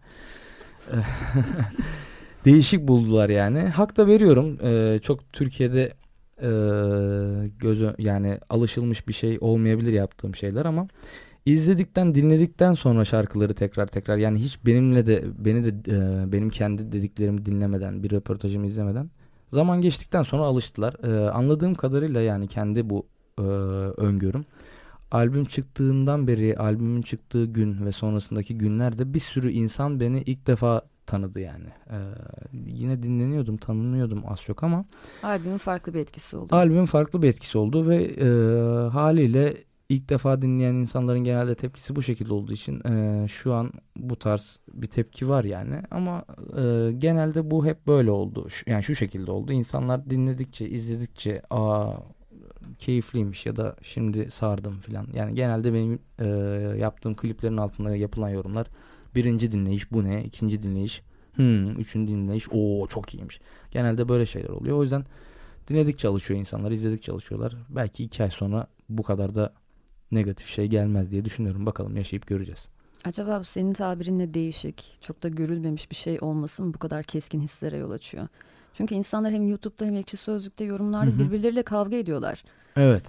Değişik buldular yani. Hak da veriyorum. E, çok Türkiye'de Ee, gözü yani alışılmış bir şey olmayabilir yaptığım şeyler ama izledikten dinledikten sonra şarkıları tekrar tekrar yani hiç benimle de beni de e, benim kendi dediklerimi dinlemeden bir röportajımı izlemeden zaman geçtikten sonra alıştılar. Ee, anladığım kadarıyla yani kendi bu e, öngörüm albüm çıktığından beri albümün çıktığı gün ve sonrasındaki günlerde bir sürü insan beni ilk defa tanıdı yani. Ee, yine dinleniyordum, tanınıyordum az çok ama albümün farklı bir etkisi oldu. Albümün farklı bir etkisi oldu ve e, haliyle ilk defa dinleyen insanların genelde tepkisi bu şekilde olduğu için e, şu an bu tarz bir tepki var yani. Ama e, genelde bu hep böyle oldu. Şu, yani şu şekilde oldu. İnsanlar dinledikçe, izledikçe aa keyifliymiş ya da şimdi sardım falan. Yani genelde benim e, yaptığım kliplerin altında yapılan yorumlar birinci dinleyiş bu ne? İkinci dinleyiş hmm, üçüncü dinleyiş ooo çok iyiymiş. Genelde böyle şeyler oluyor. O yüzden dinledikçe alışıyor insanlar, izledikçe alışıyorlar. Belki iki ay sonra bu kadar da negatif şey gelmez diye düşünüyorum. Bakalım yaşayıp göreceğiz. Acaba bu senin tabirinle değişik, çok da görülmemiş bir şey olmasın bu kadar keskin hislere yol açıyor? Çünkü insanlar hem YouTube'da hem Ekşi Sözlük'te yorumlarda Hı-hı. birbirleriyle kavga ediyorlar. Evet.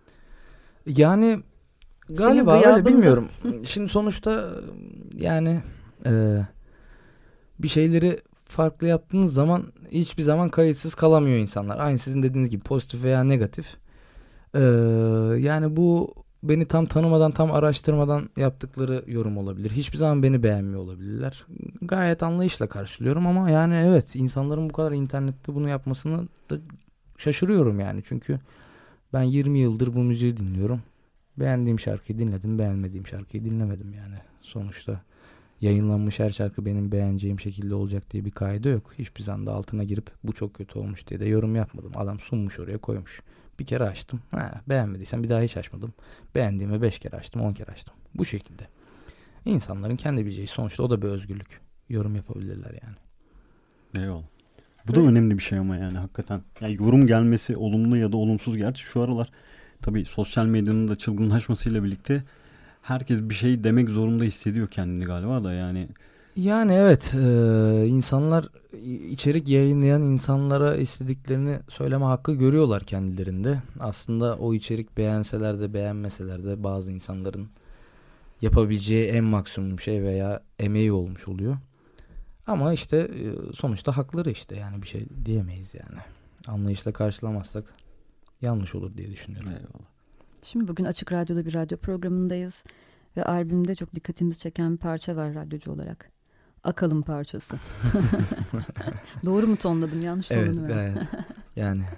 Yani galiba öyle bilmiyorum. Şimdi sonuçta yani e, bir şeyleri farklı yaptığınız zaman hiçbir zaman kayıtsız kalamıyor insanlar. Aynı sizin dediğiniz gibi pozitif veya negatif. E, yani bu beni tam tanımadan, tam araştırmadan yaptıkları yorum olabilir. Hiçbir zaman beni beğenmiyor olabilirler. Gayet anlayışla karşılıyorum ama yani evet insanların bu kadar internette bunu yapmasını da şaşırıyorum yani. Çünkü ben yirmi yıldır bu müziği dinliyorum. Beğendiğim şarkıyı dinledim, beğenmediğim şarkıyı dinlemedim yani. Sonuçta yayınlanmış her şarkı benim beğeneceğim şekilde olacak diye bir kaide yok. Hiçbir zaman da altına girip bu çok kötü olmuş diye de yorum yapmadım. Adam sunmuş oraya koymuş. Bir kere açtım. Ha, beğenmediysen bir daha hiç açmadım. Beğendiğimi beş kere açtım, on kere açtım. Bu şekilde. İnsanların kendi bileceği sonuçta o da bir özgürlük. Yorum yapabilirler yani. Eyvallah. Bu da önemli bir şey ama yani hakikaten. Yani yorum gelmesi olumlu ya da olumsuz gerçi şu aralar tabii sosyal medyanın da çılgınlaşmasıyla birlikte herkes bir şey demek zorunda hissediyor kendini galiba da yani. Yani evet e, insanlar içerik yayınlayan insanlara istediklerini söyleme hakkı görüyorlar kendilerinde. Aslında o içerik beğenseler de beğenmeseler de bazı insanların yapabileceği en maksimum şey veya emeği olmuş oluyor. Ama işte sonuçta hakları işte yani bir şey diyemeyiz yani. Anlayışla karşılamazsak yanlış olur diye düşünüyorum. Eyvallah. Şimdi bugün Açık Radyo'da bir radyo programındayız ve albümde çok dikkatimizi çeken bir parça var radyocu olarak. Akalım parçası. Doğru mu tonladım? Yanlış tonladım. Evet, gayet. Yani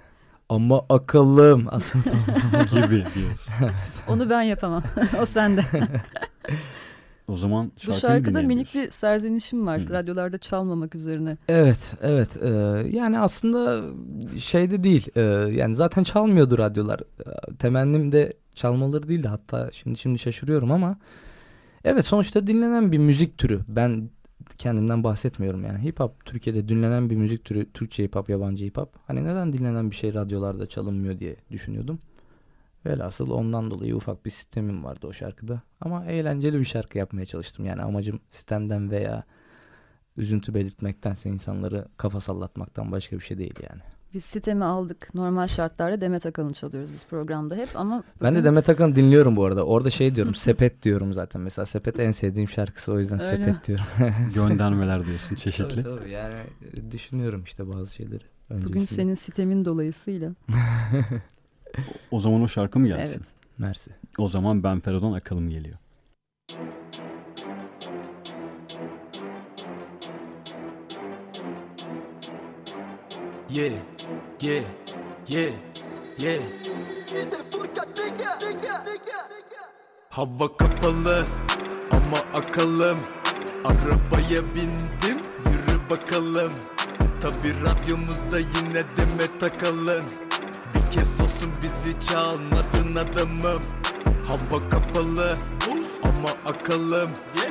Ama akıllım. Aslında gibi diyorsun. Onu ben yapamam. O sende. O zaman Bu şarkıyı şarkıda dinleyebiliriz. minik bir serzenişim var. Hı. Radyolarda çalmamak üzerine. Evet, evet. Ee, yani aslında şeyde değil. Ee, yani zaten çalmıyordu radyolar. Ee, temennim de çalmaları değildi. Hatta şimdi şimdi şaşırıyorum ama evet, sonuçta dinlenen bir müzik türü. Ben kendimden bahsetmiyorum yani. Hip hop Türkiye'de dinlenen bir müzik türü. Türkçe hip hop, yabancı hip hop. Hani neden dinlenen bir şey radyolarda çalınmıyor diye düşünüyordum. Velhasıl ondan dolayı ufak bir sistemim vardı o şarkıda. Ama eğlenceli bir şarkı yapmaya çalıştım. Yani amacım sistemden veya üzüntü belirtmektense insanları kafa sallatmaktan başka bir şey değil yani. Biz sitemi aldık. Normal şartlarda Demet Akalın çalıyoruz biz programda hep ama... Ben de Demet Akalın dinliyorum bu arada. Orada şey diyorum, Sepet diyorum zaten. Mesela Sepet en sevdiğim şarkısı, o yüzden Öyle Sepet mi? diyorum. Göndermeler diyorsun çeşitli. Tabii tabii, yani düşünüyorum işte bazı şeyleri. Öncesiyle. Bugün senin sitemin dolayısıyla. O zaman o şarkı mı gelsin? Evet. Mersi. O zaman Ben Fero'dan Akalım geliyor. Yeah, yeah, yeah, yeah. Hava kapalı ama akalım. Arabaya bindim, yürü bakalım. Tabi radyomuzda yine Demet Akalın. Bir kez olsun bizi çalmadın adamım. Hava kapalı ama akalım.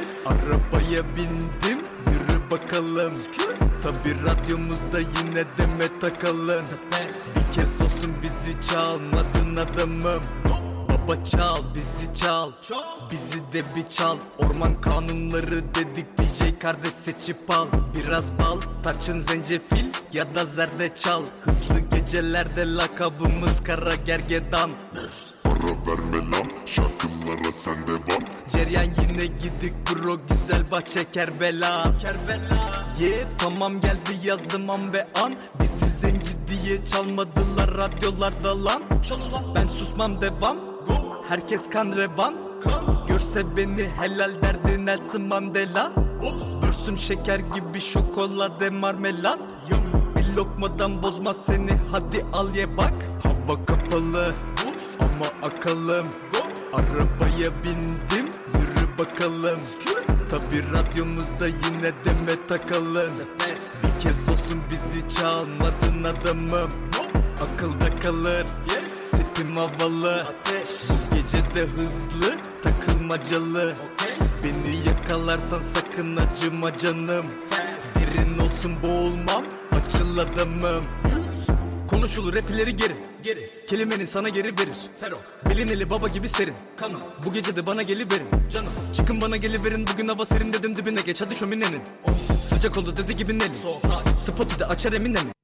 Arabaya bindim, yürü bakalım. Tabi radyomuzda yine Demet Akalın. Bir kez olsun bizi çalmadın adamım. Baba çal, bizi çal, bizi de bir çal. Orman kanunları dedik, D J kardeş seçip al. Biraz bal, tarçın, zencefil ya da zerdeçal. Hızlı gecelerde lakabımız Kara Gergedan. Para verme lan, şarkılara sen devam. Ceryan yine gidik bro, güzel bahçe Kerbela. Kerbela. Yeah, tamam geldi yazdım an ve an. Bizi zenci diye çalmadılar radyolarda lan. Ben susmam devam. Go. Herkes kan revan. Kan. Görse beni helal derdi Nelson Mandela. Börsüm şeker gibi şokolade marmelat. Yum. Bir lokmadan bozmaz seni, hadi al ye bak. Hava kapalı ama akalım. Arabaya bindim, yürü bakalım. Tabi radyomuzda yine Demet Akalın. Bir kez olsun bizi çalmadın adamım. Akılda kalır, tipim havalı. Bu gece de hızlı, takılmacalı. Beni yakalarsan sakın acıma canım. Derin olsun boğulmam, açıl adamım. Konuşulur rap ileri geri, geri. Kelimenin sana geri verir Fero. Bilineli baba gibi serin kanım. Bu gece de bana geliverin canım. Çıkın bana geliverin, bugün hava serin dedim dibine geç hadi şöminenin. Oh, sıcak oldu dedi gibi Nelly. Spotu da açar Emine mi?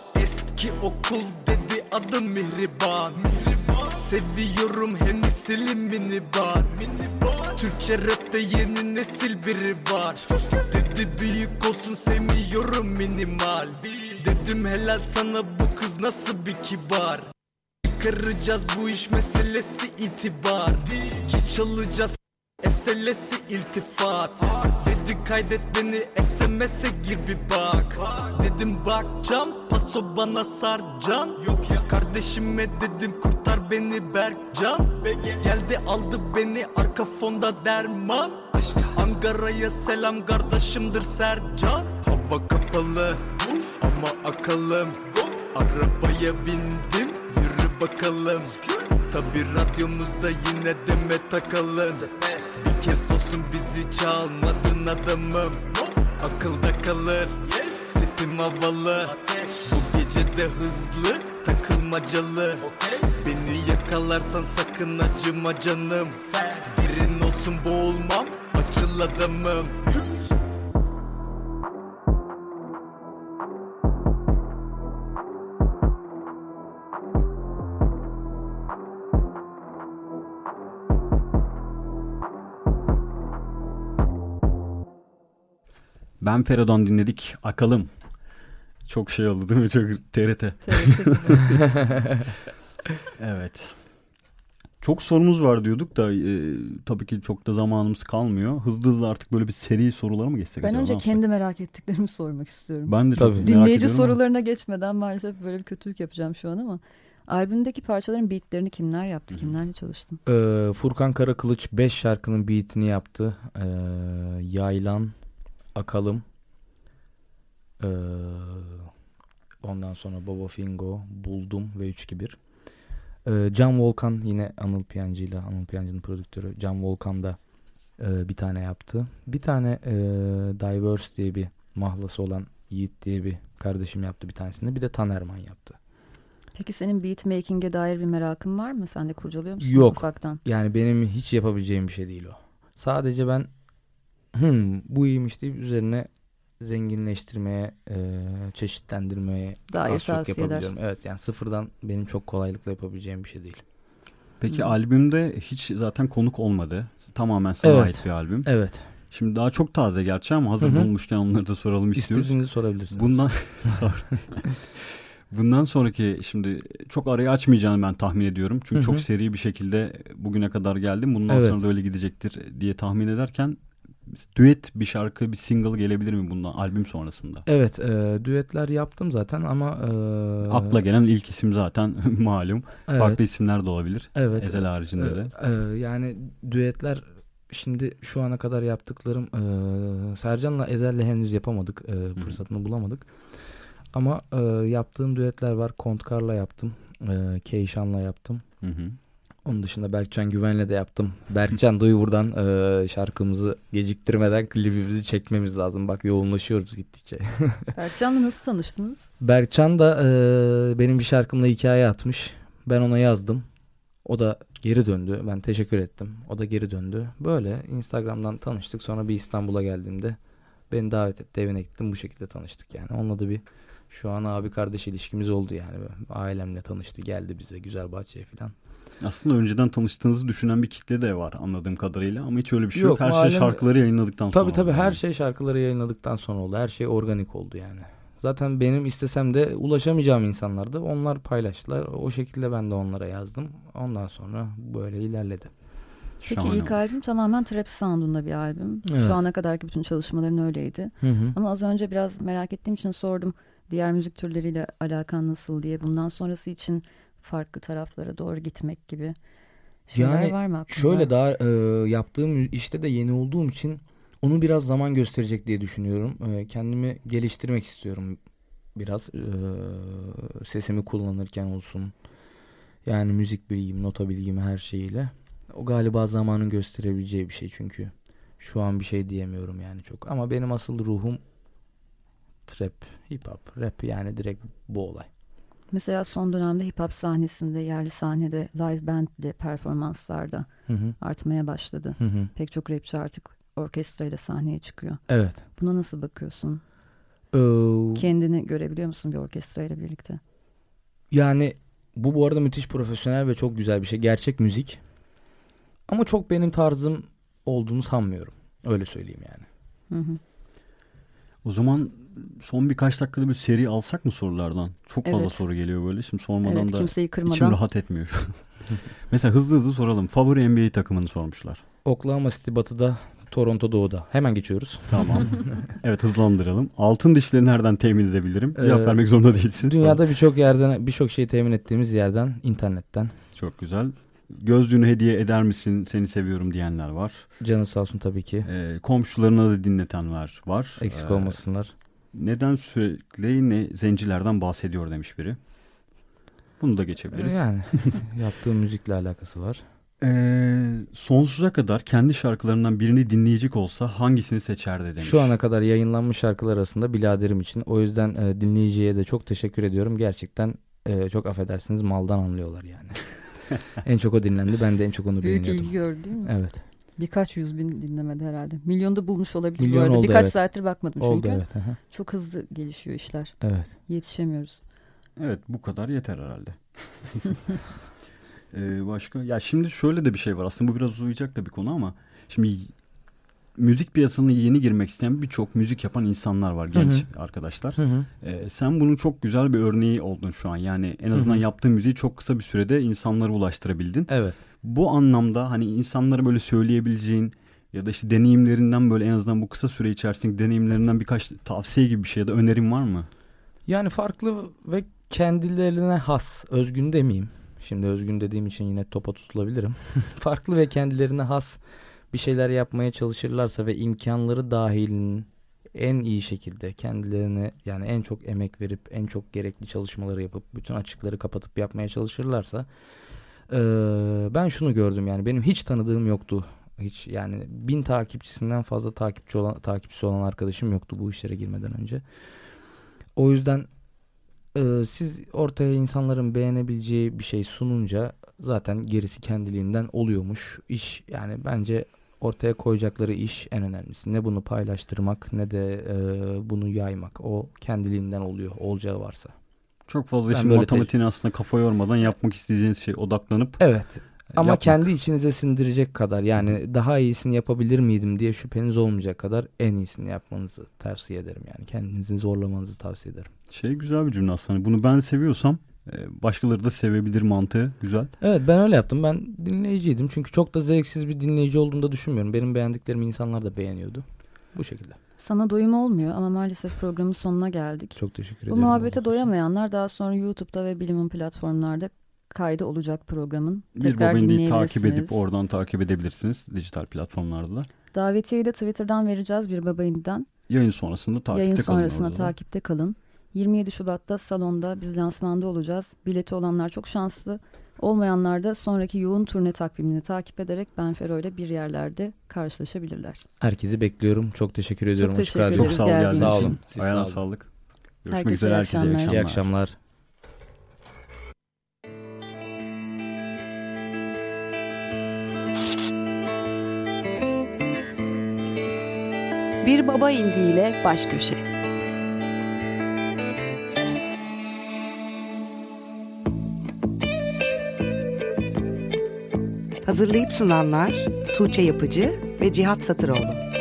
Eski okul dedi adım Mihriban. Mihriban. Seviyorum Hennessy'li minibar. Minibar. Türkçe rapte yeni nesil biri var. Dedi büyük olsun sevmiyorum minimal. Dedim helal sana, bu kız nasıl bir kibar. Çıkaracağız bu iş meselesi itibar. Hiç alacağız eselesi iltifat. Dedi kaydet beni S M S'e gir bir bak. Dedim bakcam paso bana sarcan. Yok ya kardeşime dedim kurtar beni Berkcan. Geldi aldı beni arka fonda derman. Ankara'ya selam kardeşimdir Sercan. Hava kapalı ama akalım. Arabaya bindim, yürü bakalım. Tabi radyomuzda yine Demet Akalın. Bir kez olsun bizi çalmadın adamım. Akılda kalır, tipim havalı. Bu gece de hızlı, takılmacalı. Beni yakalarsan sakın acıma canım. Derin olsun boğulmam, açıl adamım. Ben Fero'dan dinledik. Akalım. Çok şey oldu değil mi? Çok T R T. T R T. Evet. Çok sorumuz var diyorduk da e, tabii ki çok da zamanımız kalmıyor. Hızlı hızlı artık böyle bir seri sorulara mı geçsek? Ben acaba? önce kendi merak ettiklerimi sormak istiyorum. Ben de çok Tabii. merak Dinleyici ediyorum sorularına geçmeden maalesef böyle bir kötülük yapacağım şu an ama albümdeki parçaların beatlerini kimler yaptı? Kimlerle çalıştın? Ee, Furkan Karakılıç beş şarkının beatini yaptı. Ee, Yaylan, Akalım, ee, ondan sonra Baba Fingo, Buldum ve üç iki bir. Ee, Can Volkan yine Anıl Piyancı'yla, Anıl Piyancı'nın prodüktörü Can Volkan da e, bir tane yaptı. Bir tane e, Diverse diye bir mahlası olan Yiğit diye bir kardeşim yaptı bir tanesini. Bir de Tanerman yaptı. Peki senin beatmaking'e dair bir merakın var mı? Sen de kurcalıyor musun Yok. ufaktan? Yani benim hiç yapabileceğim bir şey değil o. Sadece ben hmm, bu iyiymiş deyip üzerine zenginleştirmeye, e, çeşitlendirmeye Dair az çok tavsiyeler. yapabiliyorum. Evet, yani sıfırdan benim çok kolaylıkla yapabileceğim bir şey değil. Peki Hmm. albümde hiç zaten konuk olmadı. Tamamen sana Evet. ait bir albüm. Evet. Şimdi daha çok taze gerçi ama hazır Hı hı. bulmuşken onları da soralım istiyoruz. İstediğinizi sorabilirsiniz. Bundan sor. Bundan sonraki şimdi çok arayı açmayacağını ben tahmin ediyorum. Çünkü Hı hı. çok seri bir şekilde bugüne kadar geldim. Bundan Evet. sonra da öyle gidecektir diye tahmin ederken düet bir şarkı, bir single gelebilir mi bundan albüm sonrasında? Evet, e, düetler yaptım zaten ama e, Akla gelen ilk isim zaten malum. evet, Farklı isimler de olabilir. evet. Ezel haricinde E, de. e, yani düetler şimdi şu ana kadar yaptıklarım e, Sercan'la Ezel'le henüz yapamadık. E, fırsatını bulamadık. Ama e, yaptığım düetler var. Kontkar'la yaptım. E, Keyşan'la yaptım. Hı hı. Onun dışında Berkcan Güven'le de yaptım. Berkcan duy buradan e, şarkımızı geciktirmeden klibimizi çekmemiz lazım. Bak yoğunlaşıyoruz gittikçe. Berkcan'la nasıl tanıştınız? Berkcan da e, benim bir şarkımla hikaye atmış. Ben ona yazdım. O da geri döndü. Ben teşekkür ettim. O da geri döndü. Böyle Instagram'dan tanıştık. Sonra bir İstanbul'a geldiğimde beni davet etti. Evine gittim. Bu şekilde tanıştık yani. Onunla da bir şu an abi kardeş ilişkimiz oldu yani. Ailemle tanıştı. Geldi bize Güzelbahçe'ye falan. Aslında önceden tanıştığınızı düşünen bir kitle de var anladığım kadarıyla ama hiç öyle bir şey yok. Yok, Her mahalle- şey şarkıları yayınladıktan sonra. Tabii tabii oldu her yani. şey şarkıları yayınladıktan sonra oldu. Her şey organik oldu yani. Zaten benim istesem de ulaşamayacağım insanlardı. Onlar paylaştılar. O şekilde ben de onlara yazdım. Ondan sonra böyle ilerledi. Peki Şahane ilk olmuş. albüm tamamen trap sound'unda bir albüm. Evet. Şu ana kadarki bütün çalışmaların öyleydi. Hı hı. Ama az önce biraz merak ettiğim için sordum. Diğer müzik türleriyle alakan nasıl diye. Bundan sonrası için farklı taraflara doğru gitmek gibi şeyler Yani var mı aklında? Şöyle daha e, yaptığım işte de yeni olduğum için onu biraz zaman gösterecek diye düşünüyorum. E, kendimi geliştirmek istiyorum biraz. E, sesimi kullanırken olsun. Yani müzik bilgim, nota bilgim her şeyiyle. O galiba zamanın gösterebileceği bir şey çünkü. Şu an bir şey diyemiyorum yani çok. Ama benim asıl ruhum trap, hip hop, rap yani direkt bu olay. Mesela son dönemde hip hop sahnesinde, yerli sahnede, live band'de performanslarda Hı hı. artmaya başladı. Hı hı. Pek çok rapçi artık orkestrayla sahneye çıkıyor. Evet. Buna nasıl bakıyorsun? Ee, Kendini görebiliyor musun bir orkestrayla birlikte? Yani bu bu arada müthiş profesyonel ve çok güzel bir şey. Gerçek müzik. Ama çok benim tarzım olduğunu sanmıyorum. Öyle söyleyeyim yani. Hı hı. O zaman son birkaç dakikada bir seri alsak mı sorulardan? Çok fazla Evet. soru geliyor böyle. Şimdi sormadan Evet, da kimseyi kırmadan. içim rahat etmiyor. Mesela hızlı hızlı soralım. Favori N B A takımını sormuşlar. Oklahoma City batıda, Toronto doğuda. Hemen geçiyoruz. Tamam. Evet, hızlandıralım. Altın dişleri nereden temin edebilirim? Ee, Cevap vermek zorunda değilsin. Dünyada birçok yerden, birçok şeyi temin ettiğimiz yerden, internetten. Çok güzel. Gözlüğünü hediye eder misin? Seni seviyorum diyenler var. Canı sağ olsun tabii ki. Ee, komşularına da dinletenler var. Eksik Ee, olmasınlar. Neden sürekli ne zencilerden bahsediyor demiş biri. Bunu da geçebiliriz. Yani yaptığım müzikle alakası var. Ee, sonsuza kadar kendi şarkılarından birini dinleyecek olsa hangisini seçerdi demiş. Şu ana kadar yayınlanmış şarkılar arasında Biladerim için. O yüzden e, dinleyiciye de çok teşekkür ediyorum. Gerçekten e, çok affedersiniz maldan anlıyorlar yani. En çok o dinlendi. Ben de en çok onu Büyük beğeniyordum. ilgi gördü değil mi? Evet. Birkaç yüz bin dinlemedi herhalde. Milyonda bulmuş olabilir Milyon bu arada. oldu, Birkaç evet. saattir bakmadım Oldu çünkü. evet. Aha. Çok hızlı gelişiyor işler. Evet. Yetişemiyoruz. Evet, bu kadar yeter herhalde. ee, başka? Ya şimdi şöyle de bir şey var. Aslında bu biraz uzayacak da bir konu ama şimdi müzik piyasasına yeni girmek isteyen birçok müzik yapan insanlar var, genç Hı hı. arkadaşlar. Hı hı. Ee, sen bunun çok güzel bir örneği oldun şu an. Yani en azından Hı hı. yaptığın müziği çok kısa bir sürede insanlara ulaştırabildin. Evet. Bu anlamda hani insanlara böyle söyleyebileceğin ya da işte deneyimlerinden, böyle en azından bu kısa süre içerisindeki deneyimlerinden birkaç tavsiye gibi bir şey ya da önerin var mı? Yani farklı ve kendilerine has, özgün demeyeyim. Şimdi özgün dediğim için yine topa tutulabilirim. Farklı ve kendilerine has bir şeyler yapmaya çalışırlarsa ve imkanları dahilinin en iyi şekilde kendilerine, yani en çok emek verip en çok gerekli çalışmaları yapıp bütün açıkları kapatıp yapmaya çalışırlarsa, ee, ben şunu gördüm, yani benim hiç tanıdığım yoktu. Hiç, yani bin takipçisinden fazla takipçi olan, takipçisi olan arkadaşım yoktu bu işlere girmeden önce. O yüzden e, siz ortaya insanların beğenebileceği bir şey sununca zaten gerisi kendiliğinden oluyormuş. İş, yani bence ortaya koyacakları iş en önemlisi. Ne bunu paylaştırmak ne de e, bunu yaymak. O kendiliğinden oluyor, olacağı varsa. Çok fazla Ben işin böyle matematiğini aslında kafa yormadan yapmak isteyeceğiniz şey odaklanıp Evet. Ama yapmak. kendi içinize sindirecek kadar, yani daha iyisini yapabilir miydim diye şüpheniz olmayacak kadar en iyisini yapmanızı tavsiye ederim. Yani kendinizi zorlamanızı tavsiye ederim. Şey, güzel bir cümle aslında. Bunu ben seviyorsam başkaları da sevebilir mantığı güzel. Evet, ben öyle yaptım. Ben dinleyiciydim. Çünkü çok da zevksiz bir dinleyici olduğumu da düşünmüyorum. Benim beğendiklerimi insanlar da beğeniyordu. Bu şekilde. Sana doyum olmuyor ama maalesef programın sonuna geldik. Çok teşekkür Bu ederim. muhabbete doyamayanlar daha sonra YouTube'da ve Bilim'in platformlarda kaydı olacak programın. Bir Tekrar Baba Indi'yi dinleyebilirsiniz. takip edip oradan takip edebilirsiniz dijital platformlarda da. Davetiyeyi de Twitter'dan vereceğiz, Bir Baba Indi'den. Yayın sonrasında takipte Yayın kalın. sonrasında orada da. takipte kalın. yirmi yedi Şubat'ta salonda biz lansmanda olacağız. Bileti olanlar çok şanslı. Olmayanlar da sonraki yoğun turne takvimini takip ederek Benfero ile bir yerlerde karşılaşabilirler. Herkesi bekliyorum. Çok teşekkür ediyorum. teşekkür Açık Radyo. ederiz Çok sağ ol geldiğiniz geldiğiniz Sağ için. olun. Siz Ayağına sağ olun. sağlık. Görüşmek Herkese üzere. iyi Herkese iyi akşamlar. akşamlar. İyi akşamlar. Bir Baba Indi ile Baş Köşe. Hazırlayıp sunanlar Tuğçe Yapıcı ve Cihat Satıroğlu.